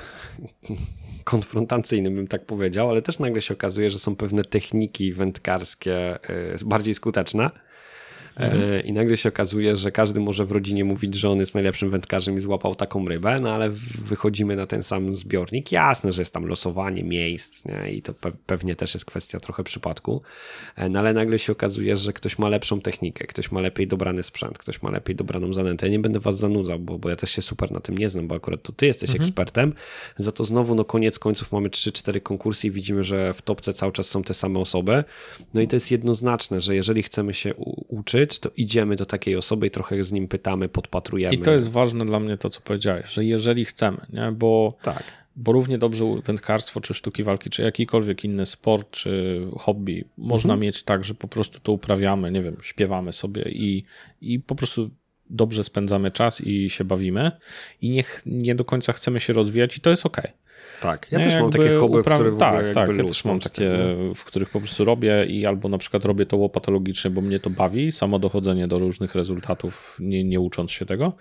B: konfrontacyjnym, bym tak powiedział, ale też nagle się okazuje, że są pewne techniki wędkarskie bardziej skuteczne. Mhm. I nagle się okazuje, że każdy może w rodzinie mówić, że on jest najlepszym wędkarzem i złapał taką rybę, no ale wychodzimy na ten sam zbiornik. Jasne, że jest tam losowanie miejsc, nie? I to pe- pewnie też jest kwestia trochę przypadku, no ale nagle się okazuje, że ktoś ma lepszą technikę, ktoś ma lepiej dobrany sprzęt, ktoś ma lepiej dobraną zanętę. Ja nie będę was zanudzał, bo, bo ja też się super na tym nie znam, bo akurat to ty jesteś mhm. ekspertem. Za to znowu, no koniec końców mamy trzy cztery konkursy i widzimy, że w topce cały czas są te same osoby. No i to jest jednoznaczne, że jeżeli chcemy się u- uczyć, to idziemy do takiej osoby i trochę z nim pytamy, podpatrujemy.
A: I to jest ważne dla mnie to, co powiedziałeś, że jeżeli chcemy, nie? Bo,
B: tak.
A: bo równie dobrze wędkarstwo, czy sztuki walki, czy jakikolwiek inny sport, czy hobby można mhm. mieć tak, że po prostu to uprawiamy, nie wiem, śpiewamy sobie i, i po prostu dobrze spędzamy czas i się bawimy i niech nie do końca chcemy się rozwijać i to jest okej.
B: Tak, ja nie, też mam takie hobby, upra- które w
A: tak,
B: ogóle
A: tak, ja też mam takie, w których po prostu robię i albo na przykład robię to łopatologicznie, bo mnie to bawi, samo dochodzenie do różnych rezultatów, nie, nie ucząc się tego.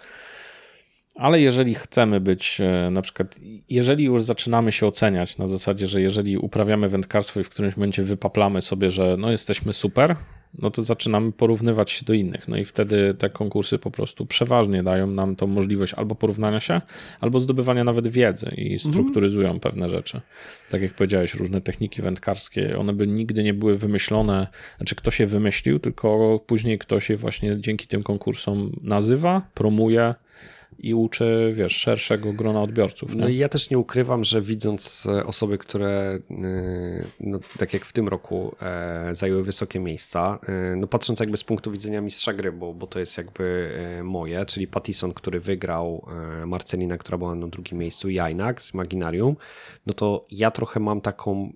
A: Ale jeżeli chcemy być, na przykład, jeżeli już zaczynamy się oceniać na zasadzie, że jeżeli uprawiamy wędkarstwo i w którymś momencie wypaplamy sobie, że no jesteśmy super, no to zaczynamy porównywać się do innych. No i wtedy te konkursy po prostu przeważnie dają nam tą możliwość albo porównania się, albo zdobywania nawet wiedzy i strukturyzują mhm. pewne rzeczy. Tak jak powiedziałeś, różne techniki wędkarskie, one by nigdy nie były wymyślone, znaczy ktoś je wymyślił, tylko później ktoś je właśnie dzięki tym konkursom nazywa, promuje i uczy, wiesz, szerszego grona odbiorców. Nie?
B: No i ja też nie ukrywam, że widząc osoby, które no, tak jak w tym roku e, zajęły wysokie miejsca, e, no patrząc jakby z punktu widzenia mistrza gry, bo, bo to jest jakby e, moje, czyli Pattison, który wygrał, e, Marcelina, która była na drugim miejscu i Ajnak z Imaginarium, no to ja trochę mam taką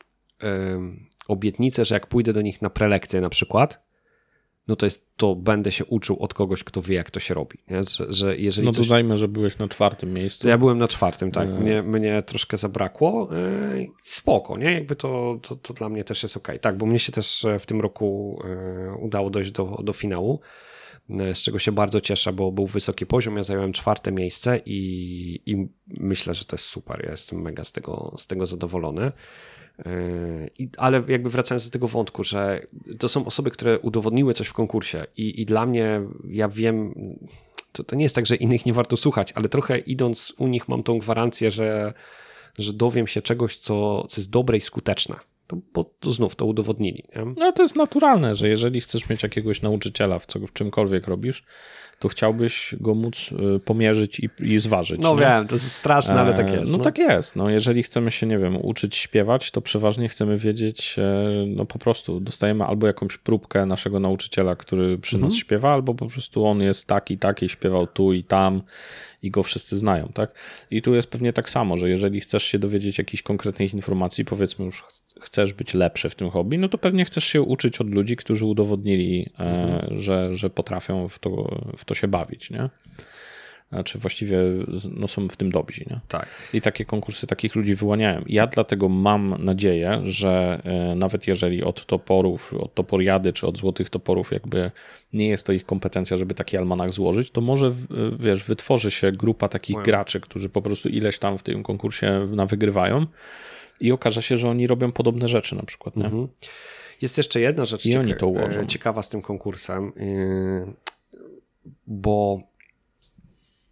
B: e, obietnicę, że jak pójdę do nich na prelekcję na przykład, no to jest, to będę się uczył od kogoś, kto wie, jak to się robi. Nie? Że, że jeżeli
A: no
B: coś...
A: dodajmy, że byłeś na czwartym miejscu.
B: Ja byłem na czwartym, tak. Mnie, mnie troszkę zabrakło. Yy, spoko, nie? Jakby to, to, to dla mnie też jest okej. Tak, bo mnie się też w tym roku yy, udało dojść do, do finału, yy, z czego się bardzo cieszę, bo był wysoki poziom. Ja zająłem czwarte miejsce i, i myślę, że to jest super. Ja jestem mega z tego, z tego zadowolony. I, ale jakby wracając do tego wątku, że to są osoby, które udowodniły coś w konkursie i, i dla mnie, ja wiem, to, to nie jest tak, że innych nie warto słuchać, ale trochę idąc u nich mam tą gwarancję, że, że dowiem się czegoś, co, co jest dobre i skuteczne. To, bo to znów to udowodnili. Nie?
A: No to jest naturalne, że jeżeli chcesz mieć jakiegoś nauczyciela w, co, w czymkolwiek robisz, to chciałbyś go móc pomierzyć i, i zważyć.
B: No
A: nie?
B: wiem, to jest straszne, ale tak jest.
A: No,
B: no
A: tak jest. No, jeżeli chcemy się, nie wiem, uczyć śpiewać, to przeważnie chcemy wiedzieć, no po prostu dostajemy albo jakąś próbkę naszego nauczyciela, który przy mhm. nas śpiewa, albo po prostu on jest taki, taki, śpiewał tu i tam i go wszyscy znają, tak? I tu jest pewnie tak samo, że jeżeli chcesz się dowiedzieć jakichś konkretnych informacji, powiedzmy już chcesz być lepszy w tym hobby, no to pewnie chcesz się uczyć od ludzi, którzy udowodnili, mhm. e, że, że potrafią w to, w to się bawić, nie? Znaczy właściwie no, są w tym dobrzy, nie?
B: Tak.
A: I takie konkursy takich ludzi wyłaniają. Ja dlatego mam nadzieję, że e, nawet jeżeli od toporów, od toporiady czy od złotych toporów jakby nie jest to ich kompetencja, żeby taki almanach złożyć, to może wiesz, wytworzy się grupa takich Moja. graczy, którzy po prostu ileś tam w tym konkursie wygrywają i okaże się, że oni robią podobne rzeczy na przykład, nie? Mhm.
B: Jest jeszcze jedna rzecz
A: I
B: cieka-
A: oni to ułożą.
B: ciekawa z tym konkursem, yy, bo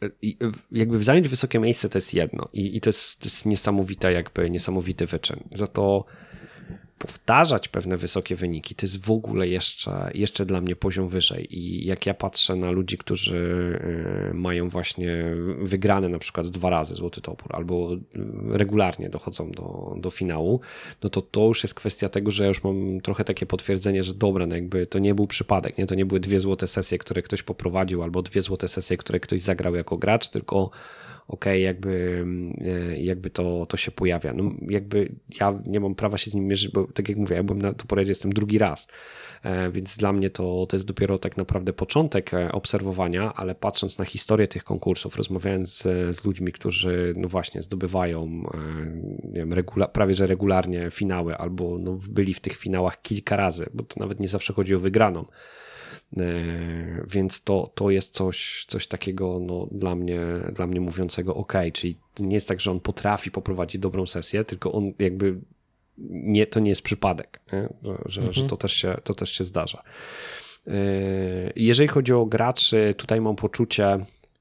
B: jakby zająć wysokie miejsce to jest jedno i, i to, jest, to jest niesamowite, jakby niesamowity wyczyn. Za to powtarzać pewne wysokie wyniki to jest w ogóle jeszcze, jeszcze dla mnie poziom wyżej i jak ja patrzę na ludzi, którzy mają właśnie wygrane na przykład dwa razy Złoty Topór albo regularnie dochodzą do, do finału, no to to już jest kwestia tego, że ja już mam trochę takie potwierdzenie, że dobra, no jakby to nie był przypadek, nie? To nie były dwie złote sesje, które ktoś poprowadził albo dwie złote sesje, które ktoś zagrał jako gracz, tylko okej, okay, jakby, jakby to, to się pojawia. No jakby ja nie mam prawa się z nim mierzyć, bo tak jak mówię, ja byłem na Toporze, jestem drugi raz, więc dla mnie to, to jest dopiero tak naprawdę początek obserwowania, ale patrząc na historię tych konkursów, rozmawiając z, z ludźmi, którzy no właśnie zdobywają nie wiem, regula- prawie że regularnie finały albo no byli w tych finałach kilka razy, bo to nawet nie zawsze chodzi o wygraną. Więc to, to jest coś, coś takiego no, dla mnie, dla mnie mówiącego ok, czyli nie jest tak, że on potrafi poprowadzić dobrą sesję, tylko on jakby nie, to nie jest przypadek, nie? Że, że, mhm. że to, też się, to też się zdarza. Jeżeli chodzi o graczy, tutaj mam poczucie,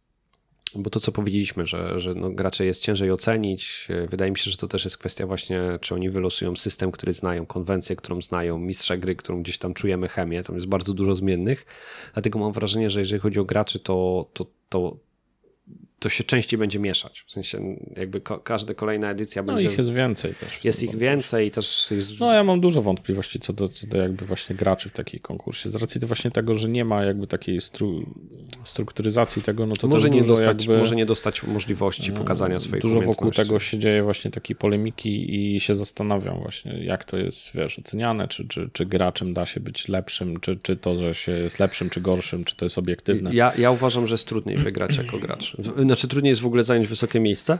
B: bo to co powiedzieliśmy, że, że no, gracze jest ciężej ocenić, wydaje mi się, że to też jest kwestia właśnie, czy oni wylosują system, który znają, konwencję, którą znają, mistrza gry, którą gdzieś tam czujemy chemię, tam jest bardzo dużo zmiennych, dlatego mam wrażenie, że jeżeli chodzi o graczy, to, to, to, to się częściej będzie mieszać, w sensie jakby ko- każda kolejna edycja
A: no
B: będzie...
A: No ich jest więcej też.
B: Jest ich więcej też... Jest...
A: No ja mam dużo wątpliwości co do, co do jakby właśnie graczy w takiej konkursie, z racji to właśnie tego, że nie ma jakby takiej stru... strukturyzacji tego, no to
B: może
A: też
B: nie
A: dużo
B: dostać,
A: jakby...
B: Może nie dostać możliwości pokazania swoich
A: Dużo wokół tego się dzieje właśnie takiej polemiki i się zastanawiam właśnie, jak to jest, wiesz, oceniane, czy, czy, czy graczem da się być lepszym, czy, czy to, że się jest lepszym, czy gorszym, czy to jest obiektywne.
B: Ja, ja uważam, że jest trudniej wygrać jako gracz. Znaczy trudniej jest w ogóle zająć wysokie miejsce,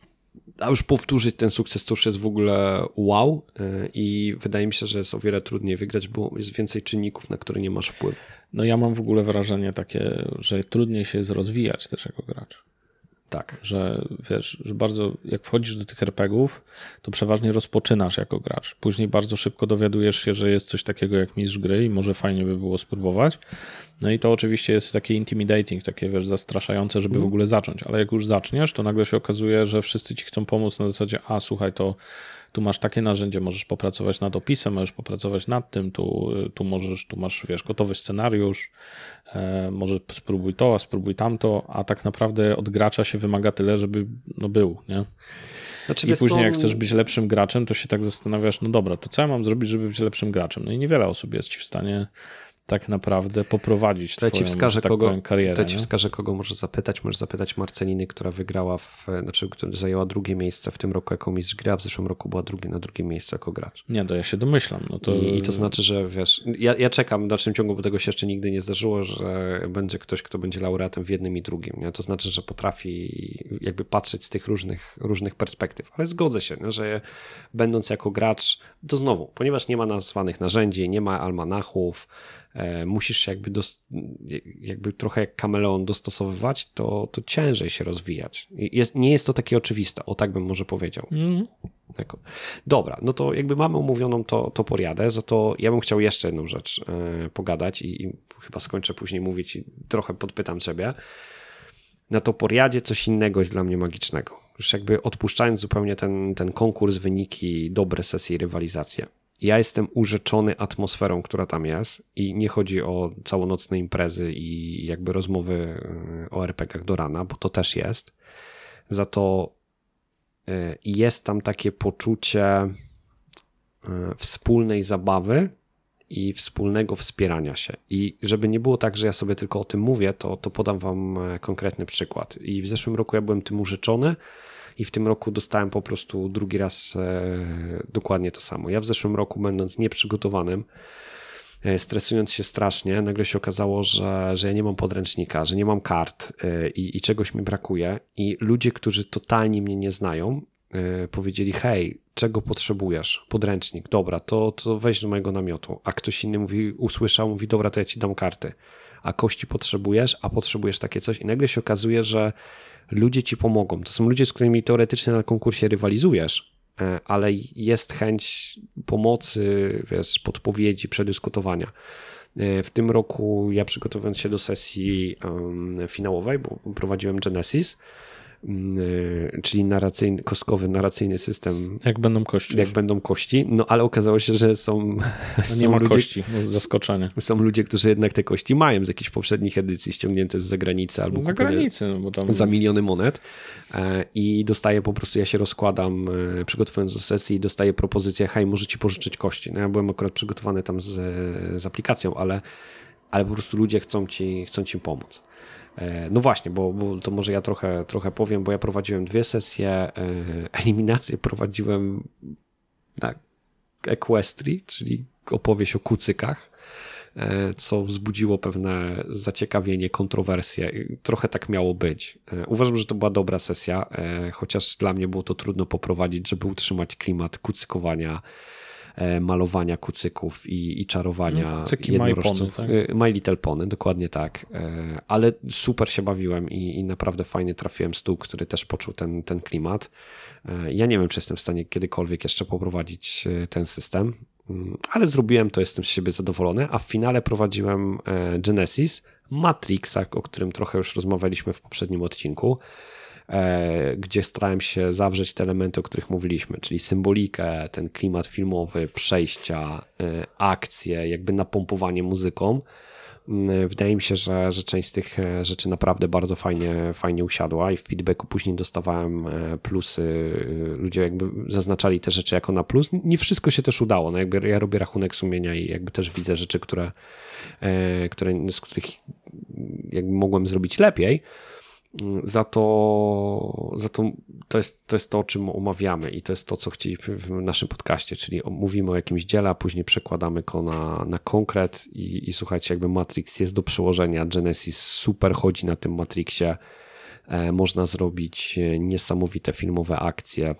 B: a już powtórzyć ten sukces to już jest w ogóle wow i wydaje mi się, że jest o wiele trudniej wygrać, bo jest więcej czynników, na które nie masz wpływu.
A: No ja mam w ogóle wrażenie takie, że trudniej się jest rozwijać też jako gracz.
B: Tak.
A: Że wiesz, że bardzo jak wchodzisz do tych er pe gie ów, to przeważnie rozpoczynasz jako gracz. Później bardzo szybko dowiadujesz się, że jest coś takiego jak mistrz gry i może fajnie by było spróbować. No i to oczywiście jest takie intimidating, takie wiesz, zastraszające, żeby mm. w ogóle zacząć. Ale jak już zaczniesz, to nagle się okazuje, że wszyscy ci chcą pomóc na zasadzie, a słuchaj, to tu masz takie narzędzie, możesz popracować nad opisem, możesz popracować nad tym, tu, tu możesz, tu masz, wiesz, gotowy scenariusz, e, może spróbuj to, a spróbuj tamto, a tak naprawdę od gracza się wymaga tyle, żeby no był, nie? Znaczy, I później są... jak chcesz być lepszym graczem, to się tak zastanawiasz, no dobra, to co ja mam zrobić, żeby być lepszym graczem? No i niewiele osób jest ci w stanie tak naprawdę poprowadzić
B: to
A: twoją,
B: ja ci wskażę,
A: tak
B: kogo,
A: powiem, karierę.
B: To ja ci
A: nie?
B: wskażę, kogo możesz zapytać. Możesz zapytać Marceliny, która wygrała, w, znaczy która zajęła drugie miejsce w tym roku jako mistrz gry, a w zeszłym roku była drugie, na drugim miejscu jako gracz.
A: Nie, to ja się domyślam. No to...
B: I, I to znaczy, że wiesz, ja, ja czekam w dalszym ciągu, bo tego się jeszcze nigdy nie zdarzyło, że będzie ktoś, kto będzie laureatem w jednym i drugim. Nie? To znaczy, że potrafi jakby patrzeć z tych różnych, różnych perspektyw. Ale zgodzę się, nie? Że będąc jako gracz, to znowu, ponieważ nie ma nazwanych narzędzi, nie ma almanachów, musisz się jakby, dos, jakby trochę jak kameleon dostosowywać, to, to ciężej się rozwijać. Jest, nie jest to takie oczywiste, o tak bym może powiedział. Mm. Dobra, no to jakby mamy umówioną to, to poriadę, za to ja bym chciał jeszcze jedną rzecz e, pogadać i, i chyba skończę później mówić i trochę podpytam ciebie. Na to poriadzie coś innego jest dla mnie magicznego. Już jakby odpuszczając zupełnie ten, ten konkurs, wyniki, dobre sesje i rywalizację. Ja jestem urzeczony atmosferą, która tam jest i nie chodzi o całonocne imprezy i jakby rozmowy o er pe gie ach do rana, bo to też jest. Za to jest tam takie poczucie wspólnej zabawy i wspólnego wspierania się. I żeby nie było tak, że ja sobie tylko o tym mówię, to, to podam wam konkretny przykład. I w zeszłym roku ja byłem tym urzeczony, i w tym roku dostałem po prostu drugi raz e, dokładnie to samo. Ja w zeszłym roku, będąc nieprzygotowanym, e, stresując się strasznie, nagle się okazało, że, że ja nie mam podręcznika, że nie mam kart e, i, i czegoś mi brakuje. I ludzie, którzy totalnie mnie nie znają, e, powiedzieli: hej, czego potrzebujesz? Podręcznik, dobra, to, to weź do mojego namiotu. A ktoś inny mówi, usłyszał, mówi: dobra, to ja ci dam karty. A kości potrzebujesz, a potrzebujesz takie coś. I nagle się okazuje, że ludzie ci pomogą. To są ludzie, z którymi teoretycznie na konkursie rywalizujesz, ale jest chęć pomocy, wiesz, podpowiedzi, przedyskutowania. W tym roku ja przygotowując się do sesji finałowej, bo prowadziłem Genesis, czyli narracyjny, kostkowy, narracyjny system.
A: Jak będą kości.
B: Jak będą kości, no ale okazało się, że są...
A: No nie
B: są
A: ma
B: ludzie,
A: kości, zaskoczenie.
B: Są ludzie, którzy jednak te kości mają z jakichś poprzednich edycji ściągnięte z zagranicy albo
A: z zagranicy, no bo tam...
B: za miliony monet i dostaję po prostu, ja się rozkładam przygotowując do sesji i dostaję propozycję, hej, możecie pożyczyć kości. No ja byłem akurat przygotowany tam z, z aplikacją, ale, ale po prostu ludzie chcą ci, chcą ci pomóc. No właśnie, bo, bo to może ja trochę, trochę powiem, bo ja prowadziłem dwie sesje, eliminację prowadziłem na Equestrii, czyli opowieść o kucykach, co wzbudziło pewne zaciekawienie, kontrowersje. Trochę tak miało być. Uważam, że to była dobra sesja, chociaż dla mnie było to trudno poprowadzić, żeby utrzymać klimat kucykowania, malowania kucyków i, i czarowania
A: no, kucyki
B: jednorożców.
A: My Pony, tak?
B: My Little Pony, dokładnie tak. Ale super się bawiłem i, i naprawdę fajnie trafiłem stół, który też poczuł ten, ten klimat. Ja nie wiem, czy jestem w stanie kiedykolwiek jeszcze poprowadzić ten system, ale zrobiłem to, jestem z siebie zadowolony, a w finale prowadziłem Genesis, Matrixa, o którym trochę już rozmawialiśmy w poprzednim odcinku, gdzie starałem się zawrzeć te elementy, o których mówiliśmy, czyli symbolikę, ten klimat filmowy, przejścia, akcje, jakby napompowanie muzyką. Wydaje mi się, że, że część z tych rzeczy naprawdę bardzo fajnie, fajnie usiadła i w feedbacku później dostawałem plusy. Ludzie jakby zaznaczali te rzeczy jako na plus. Nie wszystko się też udało. No jakby ja robię rachunek sumienia i jakby też widzę rzeczy, które, które, z których jakby mogłem zrobić lepiej. Za to, za to, to, jest, to jest to, o czym omawiamy i to jest to, co chcieliśmy w naszym podcaście, czyli mówimy o jakimś dziele, a później przekładamy go na, na konkret i, i słuchajcie, jakby Matrix jest do przełożenia, Genesis super chodzi na tym Matrixie, e, można zrobić niesamowite filmowe akcje,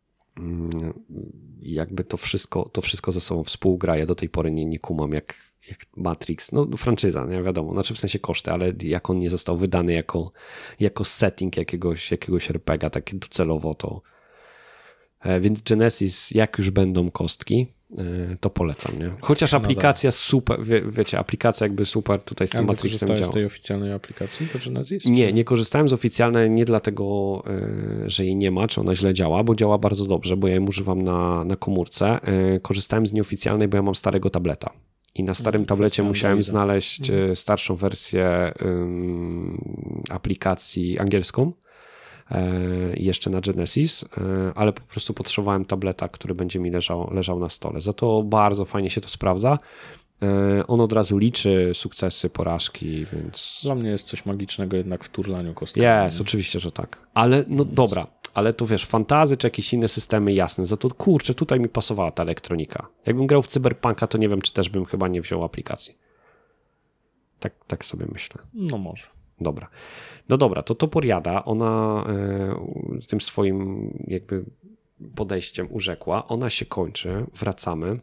B: jakby to wszystko, to wszystko ze sobą współgra. Ja do tej pory nie, nie kumam, jak, jak Matrix, no franczyza, nie wiadomo, znaczy w sensie koszty, ale jak on nie został wydany jako, jako setting jakiegoś, jakiegoś er pe ga, tak docelowo to. Więc Genesis, jak już będą kostki, to polecam, nie? Chociaż aplikacja super, wie, wiecie, aplikacja jakby super tutaj z tym Matrixem działa.
A: Korzystałeś z tej oficjalnej aplikacji do Genesis?
B: Nie, nie korzystałem z oficjalnej nie dlatego, że jej nie ma, czy ona źle działa, bo działa bardzo dobrze, bo ja ją używam na, na komórce. Korzystałem z nieoficjalnej, bo ja mam starego tableta. I na starym hmm, tablecie musiałem znaleźć hmm. starszą wersję um, aplikacji angielską, jeszcze na Genesis, ale po prostu potrzebowałem tableta, który będzie mi leżał, leżał na stole. Za to bardzo fajnie się to sprawdza. On od razu liczy sukcesy, porażki, więc...
A: Dla mnie jest coś magicznego jednak w turlaniu kostkami.
B: Jest, oczywiście, że tak. Ale no więc... dobra, ale to wiesz, fantazy czy jakieś inne systemy, jasne. Za to kurczę, tutaj mi pasowała ta elektronika. Jakbym grał w Cyberpunka, to nie wiem, czy też bym chyba nie wziął aplikacji. Tak, tak sobie myślę.
A: No może.
B: Dobra. No dobra, to Toporiada, ona e, tym swoim jakby podejściem urzekła, ona się kończy, wracamy.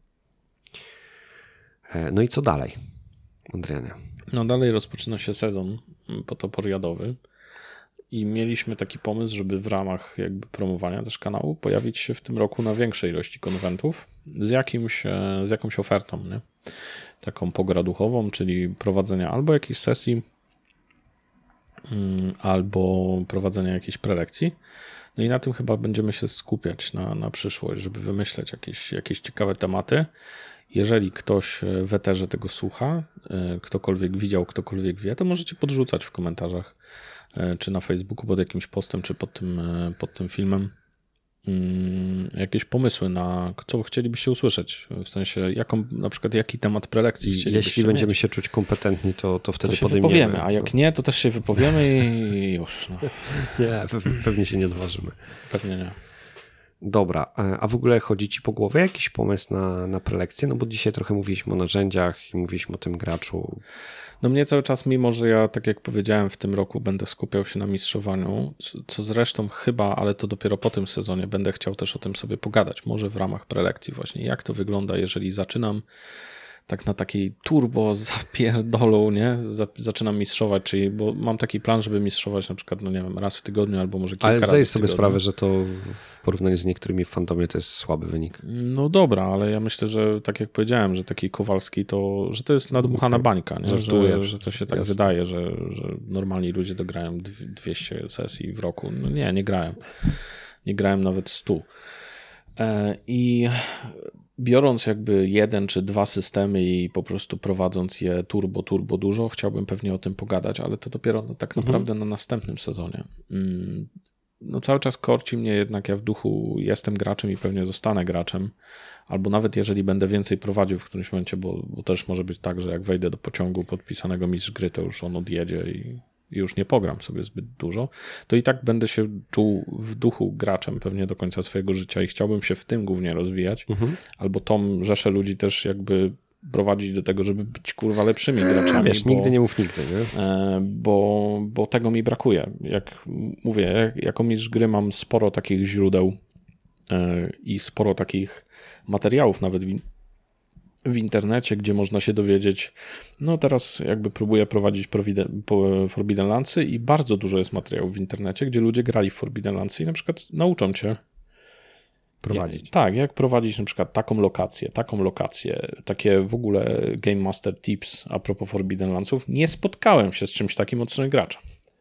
B: E, no i co dalej, Adrianie?
A: No dalej rozpoczyna się sezon potoporiadowy i mieliśmy taki pomysł, żeby w ramach jakby promowania też kanału pojawić się w tym roku na większej ilości konwentów z jakimś, z jakąś ofertą, nie? Taką pograduchową, czyli prowadzenia albo jakichś sesji, albo prowadzenia jakiejś prelekcji. No i na tym chyba będziemy się skupiać na, na przyszłość, żeby wymyśleć jakieś, jakieś ciekawe tematy. Jeżeli ktoś w eterze tego słucha, ktokolwiek widział, ktokolwiek wie, to możecie podrzucać w komentarzach, czy na Facebooku pod jakimś postem, czy pod tym, pod tym filmem jakieś pomysły na co chcielibyście usłyszeć, w sensie jaką, na przykład jaki temat prelekcji chcielibyście
B: Jeśli będziemy
A: mieć.
B: się czuć kompetentni, to, to wtedy
A: to się
B: podejmiemy.
A: wypowiemy, a jak nie, to też się wypowiemy i już. No.
B: Nie, pewnie się nie odważymy.
A: Pewnie nie.
B: Dobra, a w ogóle chodzi ci po głowie jakiś pomysł na, na prelekcję? No bo dzisiaj trochę mówiliśmy o narzędziach i mówiliśmy o tym graczu.
A: No mnie cały czas, mimo że ja, tak jak powiedziałem, w tym roku będę skupiał się na mistrzowaniu, co zresztą chyba, ale to dopiero po tym sezonie, będę chciał też o tym sobie pogadać, może w ramach prelekcji właśnie, jak to wygląda, jeżeli zaczynam tak na takiej turbo zapierdolu, nie? Zaczynam mistrzować, czyli, bo mam taki plan, żeby mistrzować na przykład, no nie wiem, raz w tygodniu albo może kilka
B: ale
A: razy w
B: zdaj
A: tygodniu.
B: sobie sprawę, że to w porównaniu z niektórymi w fandomie to jest słaby wynik.
A: No dobra, ale ja myślę, że tak jak powiedziałem, że taki Kowalski to, że to jest nadmuchana bańka, nie? Że, że to się tak Jasne. wydaje, że, że normalni ludzie dograją dwieście sesji w roku. No nie, nie grałem. Nie grałem nawet stu. I biorąc jakby jeden czy dwa systemy i po prostu prowadząc je turbo, turbo dużo, chciałbym pewnie o tym pogadać, ale to dopiero no, tak naprawdę mhm. na następnym sezonie. No cały czas korci mnie jednak, ja w duchu jestem graczem i pewnie zostanę graczem, albo nawet jeżeli będę więcej prowadził w którymś momencie, bo, bo też może być tak, że jak wejdę do pociągu podpisanego mistrz gry, to już on odjedzie i i już nie pogram sobie zbyt dużo, to i tak będę się czuł w duchu graczem pewnie do końca swojego życia i chciałbym się w tym głównie rozwijać, mhm. albo tą rzeszę ludzi też jakby prowadzić do tego, żeby być kurwa lepszymi graczami.
B: Wiesz, bo, nigdy nie mów nigdy, nie?
A: Bo, bo tego mi brakuje. Jak mówię, jak, jako mistrz gry mam sporo takich źródeł i sporo takich materiałów nawet w w internecie, gdzie można się dowiedzieć, no teraz jakby próbuję prowadzić Forbidden Landsy i bardzo dużo jest materiałów w internecie, gdzie ludzie grali w Forbidden Landsy i na przykład nauczą cię
B: prowadzić.
A: Jak, tak, jak prowadzić na przykład taką lokację, taką lokację, takie w ogóle Game Master Tips a propos Forbidden Landsów. Nie spotkałem się z czymś takim od strony gracza.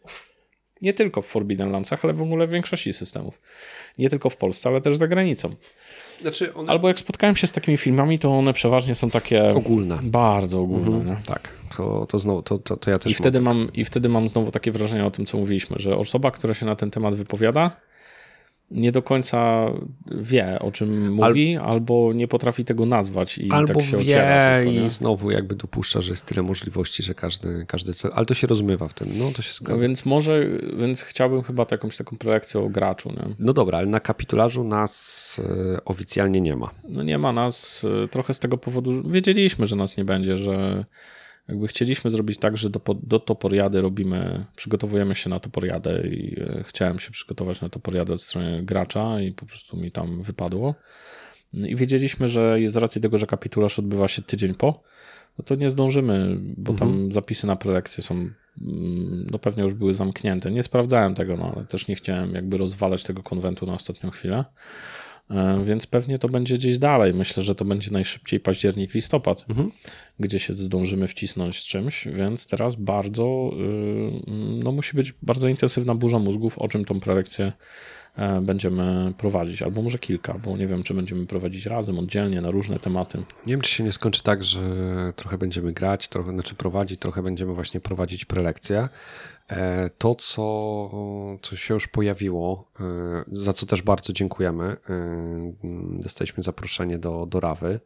A: Nie tylko w Forbidden Landsach, ale w ogóle w większości systemów. Nie tylko w Polsce, ale też za granicą.
B: Znaczy one...
A: Albo jak spotkałem się z takimi filmami, to one przeważnie są takie
B: ogólne.
A: Bardzo ogólne.
B: Mhm, tak, to, to, znowu, to, to, to ja też
A: I wtedy, mam, I wtedy mam znowu takie wrażenie o tym, co mówiliśmy, że osoba, która się na ten temat wypowiada, nie do końca wie, o czym mówi, Al... albo nie potrafi tego nazwać i
B: albo
A: tak się
B: wie
A: ociera. Tylko,
B: i znowu jakby dopuszcza, że jest tyle możliwości, że każdy, każdy co... ale to się rozmywa w tym, no to się zgadza.
A: No więc może, więc chciałbym chyba jakąś taką prelekcję o graczu. Nie?
B: No dobra, ale na kapitularzu nas y, oficjalnie nie ma.
A: No nie ma nas y, trochę z tego powodu, wiedzieliśmy, że nas nie będzie, że jakby chcieliśmy zrobić tak, że do, do Toporiady robimy, przygotowujemy się na Toporiadę i e, chciałem się przygotować na Toporiadę od strony gracza i po prostu mi tam wypadło. I wiedzieliśmy, że z racji tego, że kapitularz odbywa się tydzień po, no to nie zdążymy, bo mhm. tam zapisy na prelekcje są, no pewnie już były zamknięte. Nie sprawdzałem tego, no ale też nie chciałem jakby rozwalać tego konwentu na ostatnią chwilę. Więc pewnie to będzie gdzieś dalej. Myślę, że to będzie najszybciej październik, listopad, mhm. gdzie się zdążymy wcisnąć z czymś, więc teraz bardzo, no musi być bardzo intensywna burza mózgów, o czym tą prelekcję będziemy prowadzić, albo może kilka, bo nie wiem, czy będziemy prowadzić razem, oddzielnie, na różne tematy.
B: Nie wiem, czy się nie skończy tak, że trochę będziemy grać, trochę, znaczy prowadzić, trochę będziemy właśnie prowadzić prelekcje. To, co, co się już pojawiło, za co też bardzo dziękujemy, dostaliśmy zaproszenie do, do Rawy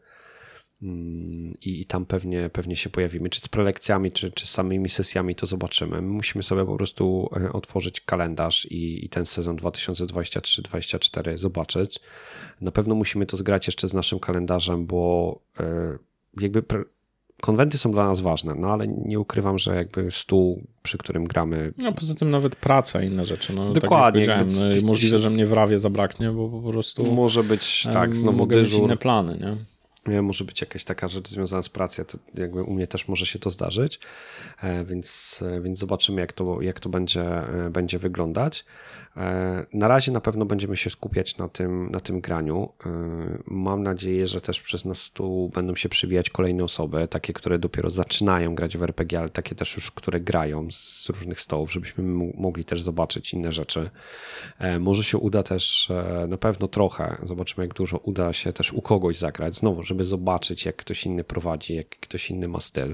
B: i, i tam pewnie, pewnie się pojawimy, czy z prelekcjami, czy, czy z samymi sesjami, to zobaczymy. My musimy sobie po prostu otworzyć kalendarz i, i ten sezon dwa tysiące dwudziesty trzeci dwudziesty czwarty zobaczyć. Na pewno musimy to zgrać jeszcze z naszym kalendarzem, bo jakby pre- konwenty są dla nas ważne, no ale nie ukrywam, że jakby stół, przy którym gramy...
A: No poza tym nawet praca i inne rzeczy. No,
B: dokładnie.
A: Tak jak powiedziałem, no, możliwe, że mnie w Rawie zabraknie, bo po prostu...
B: Może być, tak, znowu
A: mogę
B: dyżur.
A: mieć inne plany, nie?
B: Może być jakaś taka rzecz związana z pracą, to jakby u mnie też może się to zdarzyć, więc, więc zobaczymy, jak to, jak to będzie, będzie wyglądać. Na razie na pewno będziemy się skupiać na tym, na tym graniu. Mam nadzieję, że też przez nas tu będą się przywijać kolejne osoby, takie, które dopiero zaczynają grać w er pe gie, ale takie też już, które grają z różnych stołów, żebyśmy mogli też zobaczyć inne rzeczy. Może się uda też na pewno trochę, zobaczymy, jak dużo uda się też u kogoś zagrać, znowu, żeby zobaczyć, jak ktoś inny prowadzi, jak ktoś inny ma styl.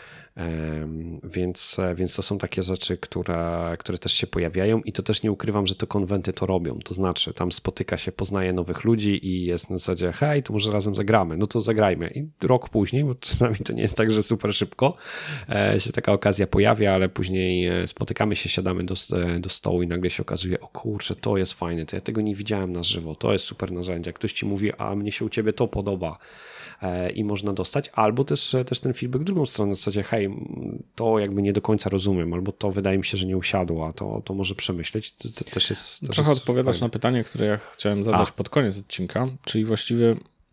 B: Więc, więc to są takie rzeczy, które, które też się pojawiają i to też nie ukrywam, że to konwenty to robią, to znaczy tam spotyka się, poznaje nowych ludzi i jest na zasadzie hej, to może razem zagramy, no to zagrajmy i rok później, bo czasami to nie jest tak, że super szybko się taka okazja pojawia, ale później spotykamy się, siadamy do, do stołu i nagle się okazuje, o kurczę, to jest fajne, to ja tego nie widziałem na żywo, to jest super narzędzie, ktoś ci mówi, a mnie się u ciebie to podoba i można dostać, albo też, też ten feedback w drugą stronę, w zasadzie hej, to jakby nie do końca rozumiem, albo to wydaje mi się, że nie usiadło, a to, to może przemyśleć. To, to też jest, też
A: Trochę
B: jest
A: odpowiadasz
B: fajne.
A: na pytanie, które ja chciałem zadać a. pod koniec odcinka, czyli właściwie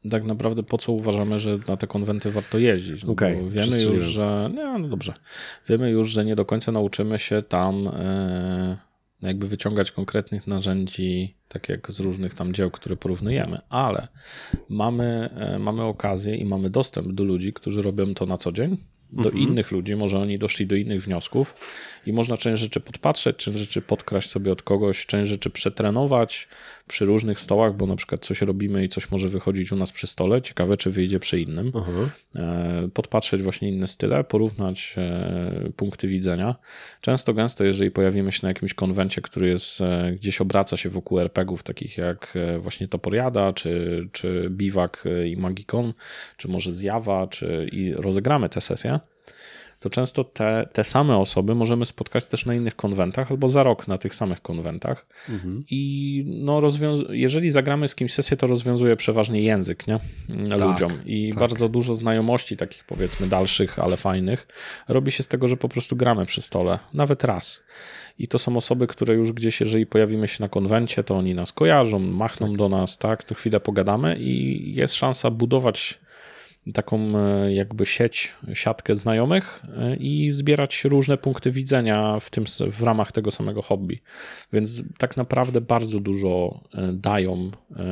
A: tak naprawdę po co uważamy, że na te konwenty warto jeździć. No
B: okay,
A: bo wiemy już, że nie, no dobrze. Wiemy już, że nie do końca nauczymy się tam yy, jakby wyciągać konkretnych narzędzi, tak jak z różnych tam dzieł, które porównujemy, ale mamy, yy, mamy okazję i mamy dostęp do ludzi, którzy robią to na co dzień, do mhm. innych ludzi, może oni doszli do innych wniosków i można część rzeczy podpatrzeć, część rzeczy podkraść sobie od kogoś, część rzeczy przetrenować przy różnych stołach, bo na przykład coś robimy i coś może wychodzić u nas przy stole, ciekawe czy wyjdzie przy innym. Mhm. Podpatrzeć właśnie inne style, porównać punkty widzenia. Często gęsto, jeżeli pojawimy się na jakimś konwencie, który jest gdzieś obraca się wokół er pe gie ów, takich jak właśnie Toporiada, czy, czy Biwak i Magicon, czy może Zjawa, czy i rozegramy tę sesję, to często te, te same osoby możemy spotkać też na innych konwentach albo za rok na tych samych konwentach. Mhm. I no rozwiąz- jeżeli zagramy z kimś sesję, to rozwiązuje przeważnie język, nie? Ludziom. Tak, I tak. bardzo dużo znajomości takich powiedzmy dalszych, ale fajnych robi się z tego, że po prostu gramy przy stole. Nawet raz. I to są osoby, które już gdzieś, jeżeli pojawimy się na konwencie, to oni nas kojarzą, machną tak. do nas, tak? To chwilę pogadamy i jest szansa budować taką jakby sieć, siatkę znajomych i zbierać różne punkty widzenia w tym, w ramach tego samego hobby. Więc tak naprawdę bardzo dużo dają,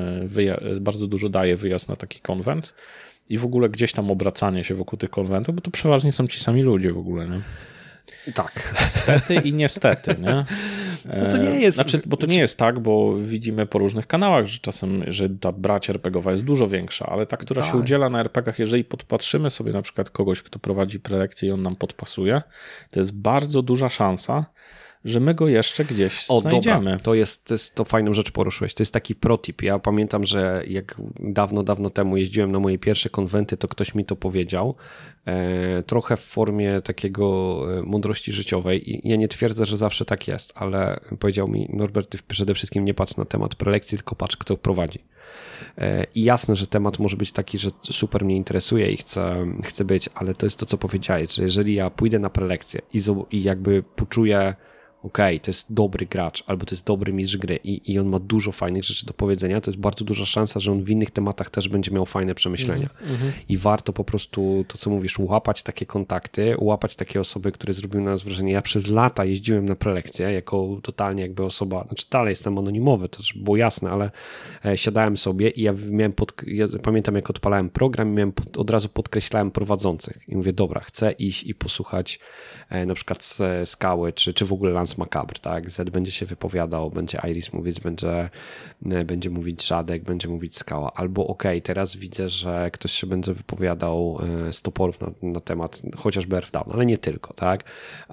A: bardzo dużo daje wyjazd na taki konwent i w ogóle gdzieś tam obracanie się wokół tych konwentów, bo to przeważnie są ci sami ludzie w ogóle, nie?
B: Tak.
A: Stety i niestety, nie?
B: No to nie jest...
A: Znaczy, bo to nie jest tak, bo widzimy po różnych kanałach, że czasem, że ta bracia er pe gie owa jest dużo większa, ale ta, która tak. się udziela na er pe gach, jeżeli podpatrzymy sobie na przykład kogoś, kto prowadzi prelekcję i on nam podpasuje, to jest bardzo duża szansa, że my go jeszcze gdzieś o, znajdziemy.
B: Dobra. To jest, to jest to fajną rzecz poruszyłeś. To jest taki protip. Ja pamiętam, że jak dawno, dawno temu jeździłem na moje pierwsze konwenty, to ktoś mi to powiedział. E, trochę w formie takiego mądrości życiowej. I ja nie twierdzę, że zawsze tak jest, ale powiedział mi: Norbert, ty przede wszystkim nie patrz na temat prelekcji, tylko patrz, kto prowadzi. E, I jasne, że temat może być taki, że super mnie interesuje i chcę, chcę być, ale to jest to, co powiedziałeś, że jeżeli ja pójdę na prelekcję i, i jakby poczuję, okej, okay, to jest dobry gracz, albo to jest dobry mistrz gry i, i on ma dużo fajnych rzeczy do powiedzenia, to jest bardzo duża szansa, że on w innych tematach też będzie miał fajne przemyślenia. Mm-hmm. I warto po prostu, to co mówisz, łapać takie kontakty, łapać takie osoby, które zrobiły na nas wrażenie. Ja przez lata jeździłem na prelekcje jako totalnie jakby osoba, znaczy dalej jestem anonimowy, to też było jasne, ale e, siadałem sobie i ja miałem, pod, ja pamiętam jak odpalałem program i miałem pod, od razu podkreślałem prowadzących i mówię, dobra, chcę iść i posłuchać e, na przykład z, Skały, czy, czy w ogóle Lance Macabre, tak? Z będzie się wypowiadał, będzie Iris mówić, będzie, będzie mówić Żadek, będzie mówić Skała. Albo okej, okay, teraz widzę, że ktoś się będzie wypowiadał z toporów na, na temat chociażby Earthdown, ale nie tylko, tak?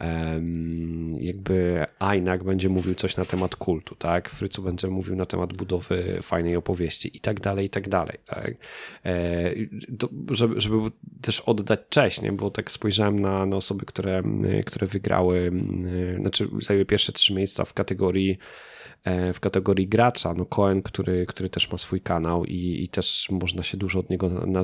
B: Um, jakby Ainak będzie mówił coś na temat kultu, tak? Frycu będzie mówił na temat budowy fajnej opowieści i tak dalej, i tak dalej, tak? E, to, żeby, żeby też oddać cześć, nie? Bo tak spojrzałem na, na osoby, które, które wygrały, znaczy zajęły pierwsze trzy miejsca w kategorii w kategorii gracza. No Cohen, który, który też ma swój kanał i, i też można się dużo od niego na,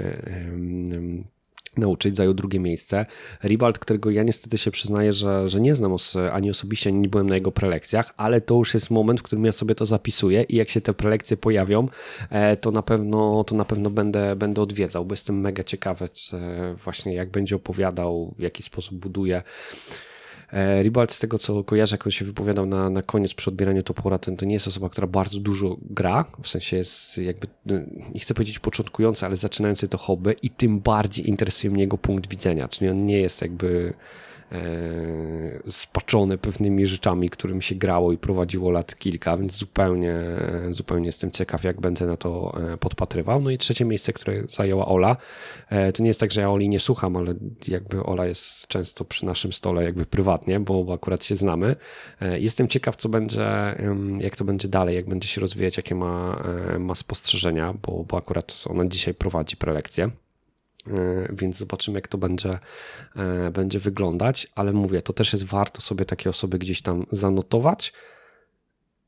B: nauczyć, zajął drugie miejsce. Ribald, którego ja niestety się przyznaję, że, że nie znam os- ani osobiście, ani nie byłem na jego prelekcjach, ale to już jest moment, w którym ja sobie to zapisuję i jak się te prelekcje pojawią, to na pewno, to na pewno będę, będę odwiedzał, bo jestem mega ciekawy właśnie jak będzie opowiadał, w jaki sposób buduje. Ribald, z tego co kojarzę, jak on się wypowiadał na, na koniec przy odbieraniu topora, to, to nie jest osoba, która bardzo dużo gra, w sensie jest jakby, nie chcę powiedzieć początkujący, ale zaczynający to hobby i tym bardziej interesuje mnie jego punkt widzenia, czyli on nie jest jakby e, spaczony pewnymi rzeczami, którym się grało i prowadziło lat kilka, więc zupełnie, zupełnie jestem ciekaw, jak będę na to podpatrywał. No i trzecie miejsce, które zajęła Ola. E, to nie jest tak, że ja Oli nie słucham, ale jakby Ola jest często przy naszym stole jakby prywatnie, bo, bo akurat się znamy. E, jestem ciekaw, co będzie, jak to będzie dalej, jak będzie się rozwijać, jakie ma, ma spostrzeżenia, bo, bo akurat ona dzisiaj prowadzi prelekcję. Więc zobaczymy, jak to będzie, będzie wyglądać, ale mówię, to też jest warto sobie takie osoby gdzieś tam zanotować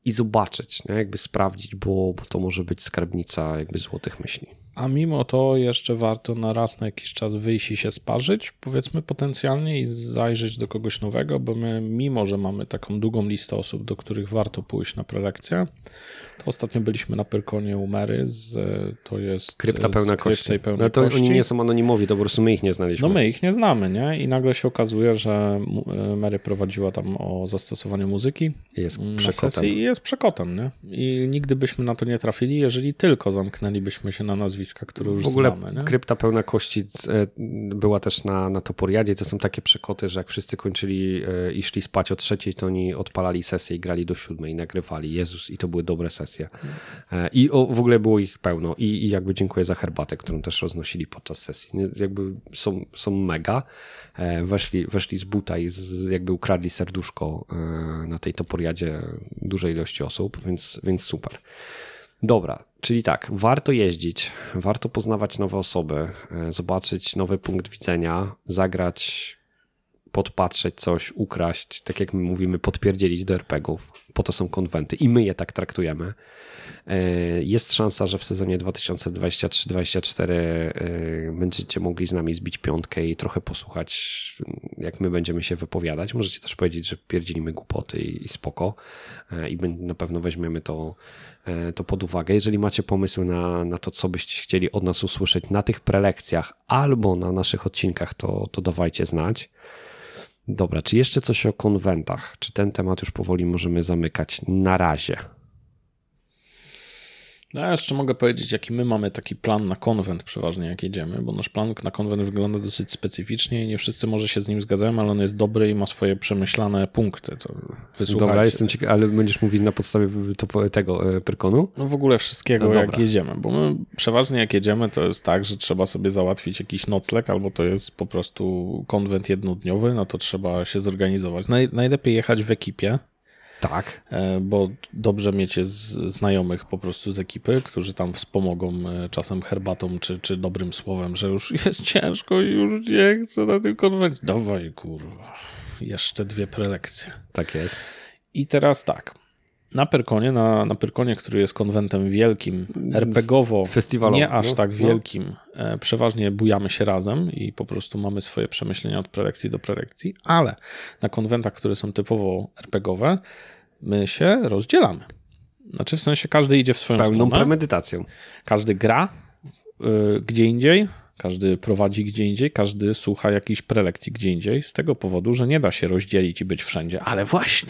B: i zobaczyć, nie? Jakby sprawdzić, bo, bo to może być skarbnica jakby złotych myśli.
A: A mimo to jeszcze warto na raz na jakiś czas wyjść i się sparzyć, powiedzmy potencjalnie, i zajrzeć do kogoś nowego, bo my, mimo że mamy taką długą listę osób, do których warto pójść na prelekcję, to ostatnio byliśmy na Pyrkonie u Mary, z, to jest
B: Krypta pełna kości.
A: Pełnej
B: no to
A: kości.
B: Oni nie są anonimowi, to po prostu my ich nie znaleźliśmy.
A: No my ich nie znamy, nie? I nagle się okazuje, że Mary prowadziła tam o zastosowaniu muzyki
B: jest
A: na
B: przekotem.
A: sesji i jest przekotem, nie? I nigdy byśmy na to nie trafili, jeżeli tylko zamknęlibyśmy się na nazwiska, które już
B: w ogóle
A: znamy. Nie?
B: Krypta pełna kości była też na, na Toporiadzie. To są takie przekoty, że jak wszyscy kończyli i szli spać o trzeciej, to oni odpalali sesję i grali do siódmej i nagrywali. Jezus, i to były dobre sesje. I o, w ogóle było ich pełno. I, I jakby dziękuję za herbatę, którą też roznosili podczas sesji. Nie? Jakby są, są mega. Weszli, weszli z buta i z, jakby ukradli serduszko na tej Toporiadzie dużej ilości osób, więc, więc super. Dobra, czyli tak, warto jeździć, warto poznawać nowe osoby, zobaczyć nowy punkt widzenia, zagrać, podpatrzeć coś, ukraść, tak jak my mówimy, podpierdzielić do er pe gie ów. Po to są konwenty i my je tak traktujemy. Jest szansa, że w sezonie dwa tysiące dwudziestym trzecim dwudziestym czwartym będziecie mogli z nami zbić piątkę i trochę posłuchać, jak my będziemy się wypowiadać. Możecie też powiedzieć, że pierdzilimy głupoty i spoko i na pewno weźmiemy to, to pod uwagę. Jeżeli macie pomysły na, na to, co byście chcieli od nas usłyszeć na tych prelekcjach albo na naszych odcinkach, to, to dawajcie znać. Dobra, czy jeszcze coś o konwentach? Czy ten temat już powoli możemy zamykać na razie?
A: No ja jeszcze mogę powiedzieć, jaki my mamy taki plan na konwent przeważnie, jak jedziemy, bo nasz plan na konwent wygląda dosyć specyficznie i nie wszyscy może się z nim zgadzają, ale on jest dobry i ma swoje przemyślane punkty. To
B: Dobra, jestem ciekaw, ale będziesz mówić na podstawie to, tego Pyrkonu?
A: No w ogóle wszystkiego,
B: no
A: jak jedziemy, bo my przeważnie jak jedziemy, to jest tak, że trzeba sobie załatwić jakiś nocleg, albo to jest po prostu konwent jednodniowy, no to trzeba się zorganizować. Naj, najlepiej jechać w ekipie.
B: Tak.
A: Bo dobrze mieć znajomych po prostu z ekipy, którzy tam wspomogą czasem herbatą czy, czy dobrym słowem, że już jest ciężko i już nie chcę na tym konwencie. Dawaj kurwa, jeszcze dwie prelekcje.
B: Tak jest.
A: I teraz tak, na Pyrkonie, na, na Pyrkonie, który jest konwentem wielkim, er pe gie owo,
B: festiwalowym,
A: nie aż
B: no,
A: tak
B: no.
A: wielkim, przeważnie bujamy się razem i po prostu mamy swoje przemyślenia od prelekcji do prelekcji, ale na konwentach, które są typowo er pe gie owe, my się rozdzielamy. Znaczy w sensie każdy idzie w swoją
B: Pełną
A: stronę.
B: premedytacją.
A: Każdy gra y, gdzie indziej, każdy prowadzi gdzie indziej, każdy słucha jakichś prelekcji gdzie indziej, z tego powodu, że nie da się rozdzielić i być wszędzie. Ale właśnie,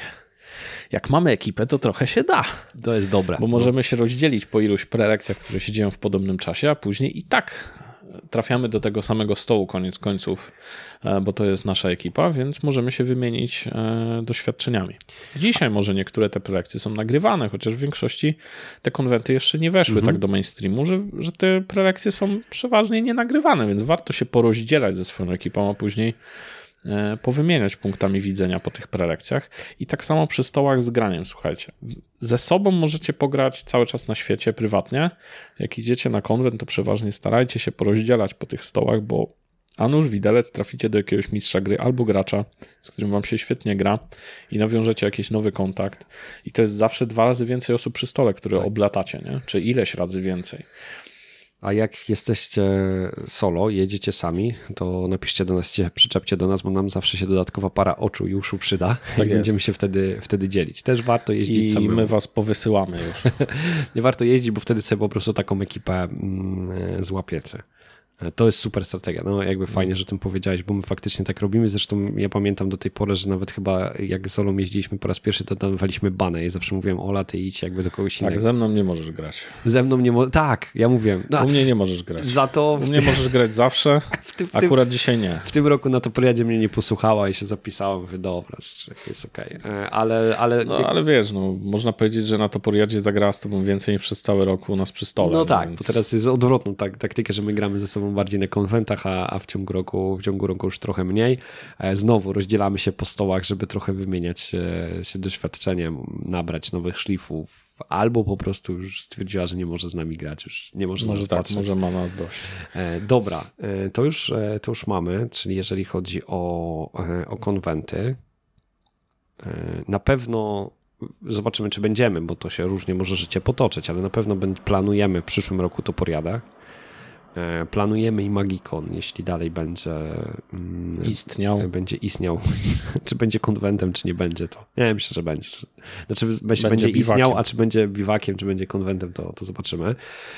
A: jak mamy ekipę, to trochę się da.
B: To jest dobre.
A: Bo możemy się rozdzielić po iluś prelekcjach, które się dzieją w podobnym czasie, a później i tak trafiamy do tego samego stołu koniec końców, bo to jest nasza ekipa, więc możemy się wymienić doświadczeniami. Dzisiaj może niektóre te prelekcje są nagrywane, chociaż w większości te konwenty jeszcze nie weszły mhm. tak do mainstreamu, że, że te prelekcje są przeważnie nienagrywane, więc warto się porozdzielać ze swoją ekipą, a później powymieniać punktami widzenia po tych prelekcjach. I tak samo przy stołach z graniem, słuchajcie. Ze sobą możecie pograć cały czas na świecie prywatnie. Jak idziecie na konwent, to przeważnie starajcie się porozdzielać po tych stołach, bo a nuż widelec traficie do jakiegoś mistrza gry albo gracza, z którym wam się świetnie gra i nawiążecie jakiś nowy kontakt. I to jest zawsze dwa razy więcej osób przy stole, które tak. oblatacie, nie? Czy ileś razy więcej.
B: A jak jesteście solo, jedziecie sami, to napiszcie do nas, przyczepcie do nas, bo nam zawsze się dodatkowa para oczu i uszu przyda. Tak i będziemy się wtedy, wtedy dzielić. Też warto jeździć
A: I
B: samemu.
A: I my was powysyłamy już.
B: Nie warto jeździć, bo wtedy sobie po prostu taką ekipę mm, złapiecie. To jest super strategia. No jakby fajnie, że o tym powiedziałeś, bo my faktycznie tak robimy. Zresztą ja pamiętam do tej pory, że nawet chyba jak z Olą jeździliśmy po raz pierwszy, to dawaliśmy banę i zawsze mówiłem: Ola, ty idź jakby do kogoś innego.
A: Tak, ze mną nie możesz grać.
B: Ze mną nie możesz. Tak, ja mówiłem. No,
A: u mnie nie możesz grać.
B: Za to
A: u mnie możesz grać zawsze, w tym, w tym, akurat dzisiaj nie.
B: W tym roku na to Toporiadzie mnie nie posłuchała i się zapisałem. Mówię, dobra, jest okej. Okay. Ale, ale...
A: No ale wiesz, no, można powiedzieć, że na Toporiadzie zagrała z tobą więcej niż przez cały rok u nas przy stole.
B: No, no tak,
A: więc...
B: bo teraz jest odwrotną tak, taktykę, że my gramy ze sobą bardziej na konwentach, A, a w ciągu roku w ciągu roku już trochę mniej. Znowu rozdzielamy się po stołach, żeby trochę wymieniać się, się doświadczeniem, nabrać nowych szlifów, albo po prostu już stwierdziła, że nie może z nami grać, już nie może
A: może
B: nas
A: tak,
B: patrzeć.
A: Może ma nas dość.
B: Dobra, to już, to już mamy, czyli jeżeli chodzi o, o konwenty, na pewno zobaczymy, czy będziemy, bo to się różnie może życie potoczyć, ale na pewno planujemy w przyszłym roku Toporiadę. Planujemy i Magikon, jeśli dalej będzie
A: istniał.
B: Będzie istniał. Czy będzie konwentem, czy nie będzie, to nie, myślę, że będzie. Znaczy, będzie, będzie istniał, a czy będzie biwakiem, czy będzie konwentem, to, to zobaczymy.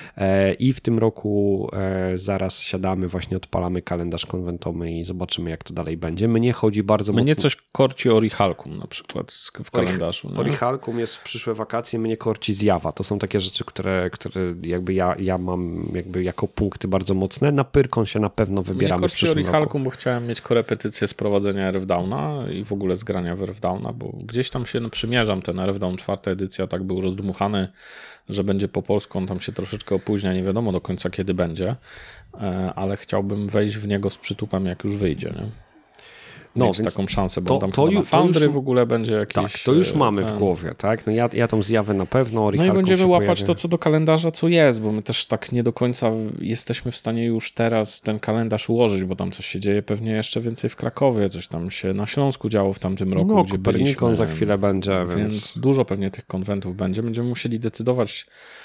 B: I w tym roku zaraz siadamy, właśnie odpalamy kalendarz konwentowy i zobaczymy, jak to dalej będzie. Mnie chodzi bardzo
A: Mnie
B: mocno...
A: coś korci Orichalkum na przykład w kalendarzu.
B: Orichalkum jest w przyszłe wakacje, mnie korci zjawa. To są takie rzeczy, które, które jakby ja, ja mam jakby jako punkty bardzo mocne. Na Pyrkon się na pewno wybieramy w przyszłym roku.
A: Orichalkum, bo chciałem mieć korepetycję z prowadzenia Earthdowna i w ogóle z grania w Earthdowna, bo gdzieś tam się no, przymierzam ten Earthdown, czwarta edycja, tak był rozdmuchany, że będzie po polsku, on tam się troszeczkę opóźnia, nie wiadomo do końca kiedy będzie, ale chciałbym wejść w niego z przytupem, jak już wyjdzie, nie? No, mieć taką szansę, bo to, tam to, to na Foundry już, w ogóle będzie jakiś...
B: Tak, to już mamy ten... w głowie, tak? No ja, ja tą zjawę na pewno...
A: No i będziemy łapać pojawi. to, co do kalendarza, co jest, bo my też tak nie do końca jesteśmy w stanie już teraz ten kalendarz ułożyć, bo tam coś się dzieje pewnie jeszcze więcej w Krakowie, coś tam się na Śląsku działo w tamtym roku,
B: no,
A: gdzie byliśmy.
B: za chwilę będzie,
A: więc...
B: więc...
A: dużo pewnie tych konwentów będzie. Będziemy musieli decydować.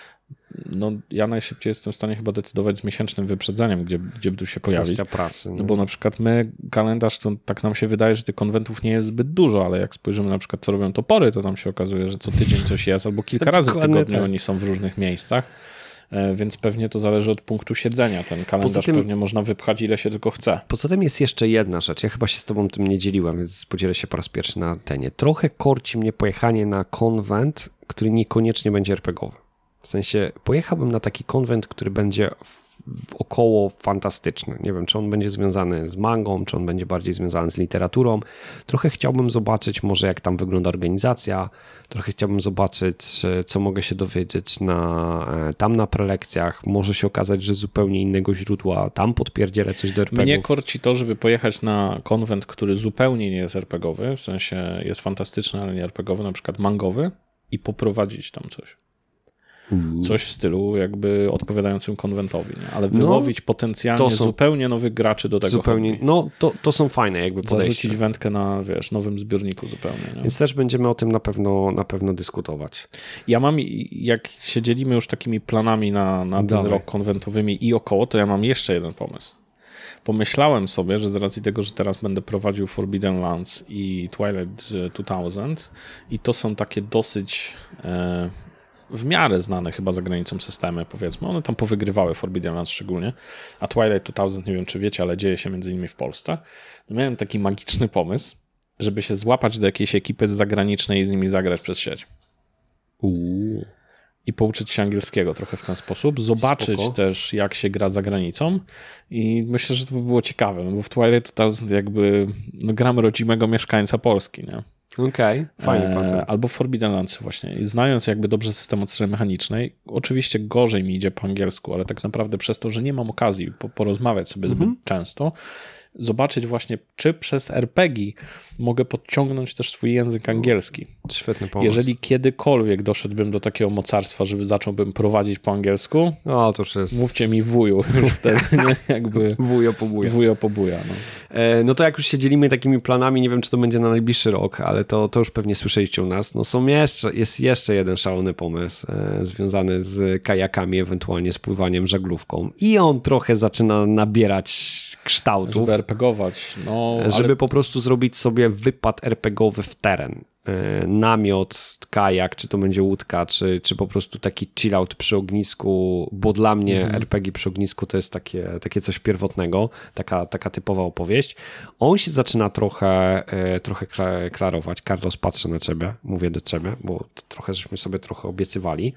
A: No, ja najszybciej jestem w stanie chyba decydować z miesięcznym wyprzedzeniem, gdzie, gdzie by tu się pojawić.
B: Pracy,
A: no bo na przykład my, kalendarz, to tak nam się wydaje, że tych konwentów nie jest zbyt dużo, ale jak spojrzymy na przykład, co robią topory, to nam się okazuje, że co tydzień coś jest, albo kilka razy w tygodniu tak. Oni są w różnych miejscach, więc pewnie to zależy od punktu siedzenia. Ten kalendarz tym, pewnie można wypchać ile się tylko chce.
B: Poza tym jest jeszcze jedna rzecz. Ja chyba się z tobą tym nie dzieliłem, więc podzielę się po raz pierwszy na antenie. Trochę korci mnie pojechanie na konwent, który niekoniecznie będzie er pe gie owy. W sensie pojechałbym na taki konwent, który będzie w, w około fantastyczny. Nie wiem, czy on będzie związany z mangą, czy on będzie bardziej związany z literaturą. Trochę chciałbym zobaczyć może jak tam wygląda organizacja. Trochę chciałbym zobaczyć, co mogę się dowiedzieć na, tam na prelekcjach. Może się okazać, że z zupełnie innego źródła tam podpierdzielę coś do er pe gie ów.
A: Mnie korci to, żeby pojechać na konwent, który zupełnie nie jest er pe gie owy, w sensie jest fantastyczny, ale nie er pe gie owy, na przykład mangowy i poprowadzić tam coś. Coś w stylu jakby odpowiadającym konwentowi, nie? Ale wyłowić no, potencjalnie są, zupełnie nowych graczy do tego
B: zupełnie,
A: hobby.
B: No to, to są fajne jakby podejście.
A: Zarzucić wędkę na, wiesz, nowym zbiorniku zupełnie. Nie?
B: Więc też będziemy o tym na pewno, na pewno dyskutować.
A: Ja mam, jak się dzielimy już takimi planami na, na ten rok konwentowymi i około, to ja mam jeszcze jeden pomysł. Pomyślałem sobie, że z racji tego, że teraz będę prowadził Forbidden Lands i Twilight dwa tysiące i to są takie dosyć... E, w miarę znane chyba za granicą systemy, powiedzmy. One tam powygrywały Forbidden Lands szczególnie, a Twilight dwa tysiące, nie wiem czy wiecie, ale dzieje się między innymi w Polsce. No miałem taki magiczny pomysł, żeby się złapać do jakiejś ekipy z zagranicznej i z nimi zagrać przez sieć.
B: Uuu.
A: I pouczyć się angielskiego trochę w ten sposób. Zobaczyć Spoko. też, jak się gra za granicą i myślę, że to by było ciekawe, no bo w Twilight dwa tysiące jakby no, gramy rodzimego mieszkańca Polski, nie?
B: Okej, okay, fajnie.
A: E, albo w Forbidden Lands właśnie. I znając jakby dobrze system od strony mechanicznej, oczywiście gorzej mi idzie po angielsku, ale tak naprawdę przez to, że nie mam okazji po, porozmawiać sobie mm-hmm. zbyt często, zobaczyć właśnie, czy przez er pe gie mogę podciągnąć też swój język angielski.
B: Świetny pomysł.
A: Jeżeli kiedykolwiek doszedłbym do takiego mocarstwa, żeby zacząłbym prowadzić po angielsku,
B: o, to już jest...
A: mówcie mi wuju, już wtedy nie, jakby
B: wujo pobuja.
A: Wujo pobuja, no.
B: E, no to jak już się dzielimy takimi planami, nie wiem, czy to będzie na najbliższy rok, ale to, to już pewnie słyszeliście u nas, no są jeszcze, jest jeszcze jeden szalony pomysł e, związany z kajakami, ewentualnie z pływaniem żaglówką i on trochę zaczyna nabierać kształtów.
A: Żeby er pe gie ować. No,
B: żeby
A: ale...
B: po prostu zrobić sobie wypad er pe gie owy w teren. Namiot, kajak, czy to będzie łódka, czy, czy po prostu taki chill-out przy ognisku, bo dla mnie mhm. er pe gie przy ognisku to jest takie, takie coś pierwotnego, taka, taka typowa opowieść. On się zaczyna trochę, trochę klarować. Carlos, patrzę na ciebie, mówię do ciebie, bo trochę żeśmy sobie trochę obiecywali,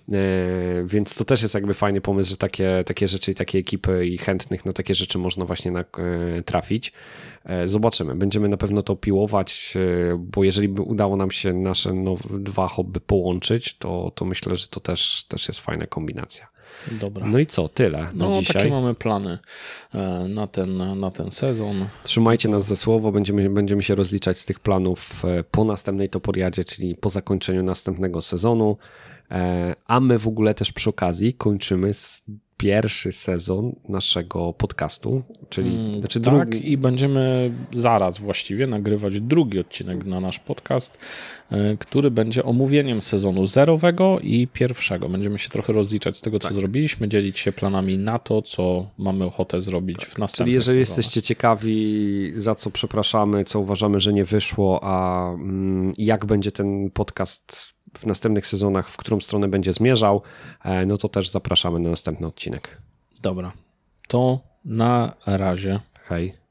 B: więc to też jest jakby fajny pomysł, że takie, takie rzeczy i takie ekipy i chętnych na takie rzeczy można właśnie na, trafić. Zobaczymy, będziemy na pewno to piłować, bo jeżeli by udało nam się nasze nowe, dwa hobby połączyć, to, to myślę, że to też, też jest fajna kombinacja.
A: Dobra.
B: No i co, tyle
A: no,
B: na dzisiaj.
A: Takie mamy plany na ten, na ten sezon.
B: Trzymajcie nas za słowo, będziemy, będziemy się rozliczać z tych planów po następnej Toporiadzie, czyli po zakończeniu następnego sezonu, a my w ogóle też przy okazji kończymy z pierwszy sezon naszego podcastu, czyli
A: mm,
B: znaczy
A: tak,
B: drugi.
A: I będziemy zaraz właściwie nagrywać drugi odcinek na nasz podcast, który będzie omówieniem sezonu zerowego i pierwszego. Będziemy się trochę rozliczać z tego, co tak. zrobiliśmy, dzielić się planami na to, co mamy ochotę zrobić tak. w następnych
B: Czyli jeżeli
A: sezonach.
B: jesteście ciekawi, za co przepraszamy, co uważamy, że nie wyszło, a jak będzie ten podcast w następnych sezonach, w którą stronę będzie zmierzał, no to też zapraszamy na następny odcinek.
A: Dobra, to na razie.
B: Hej.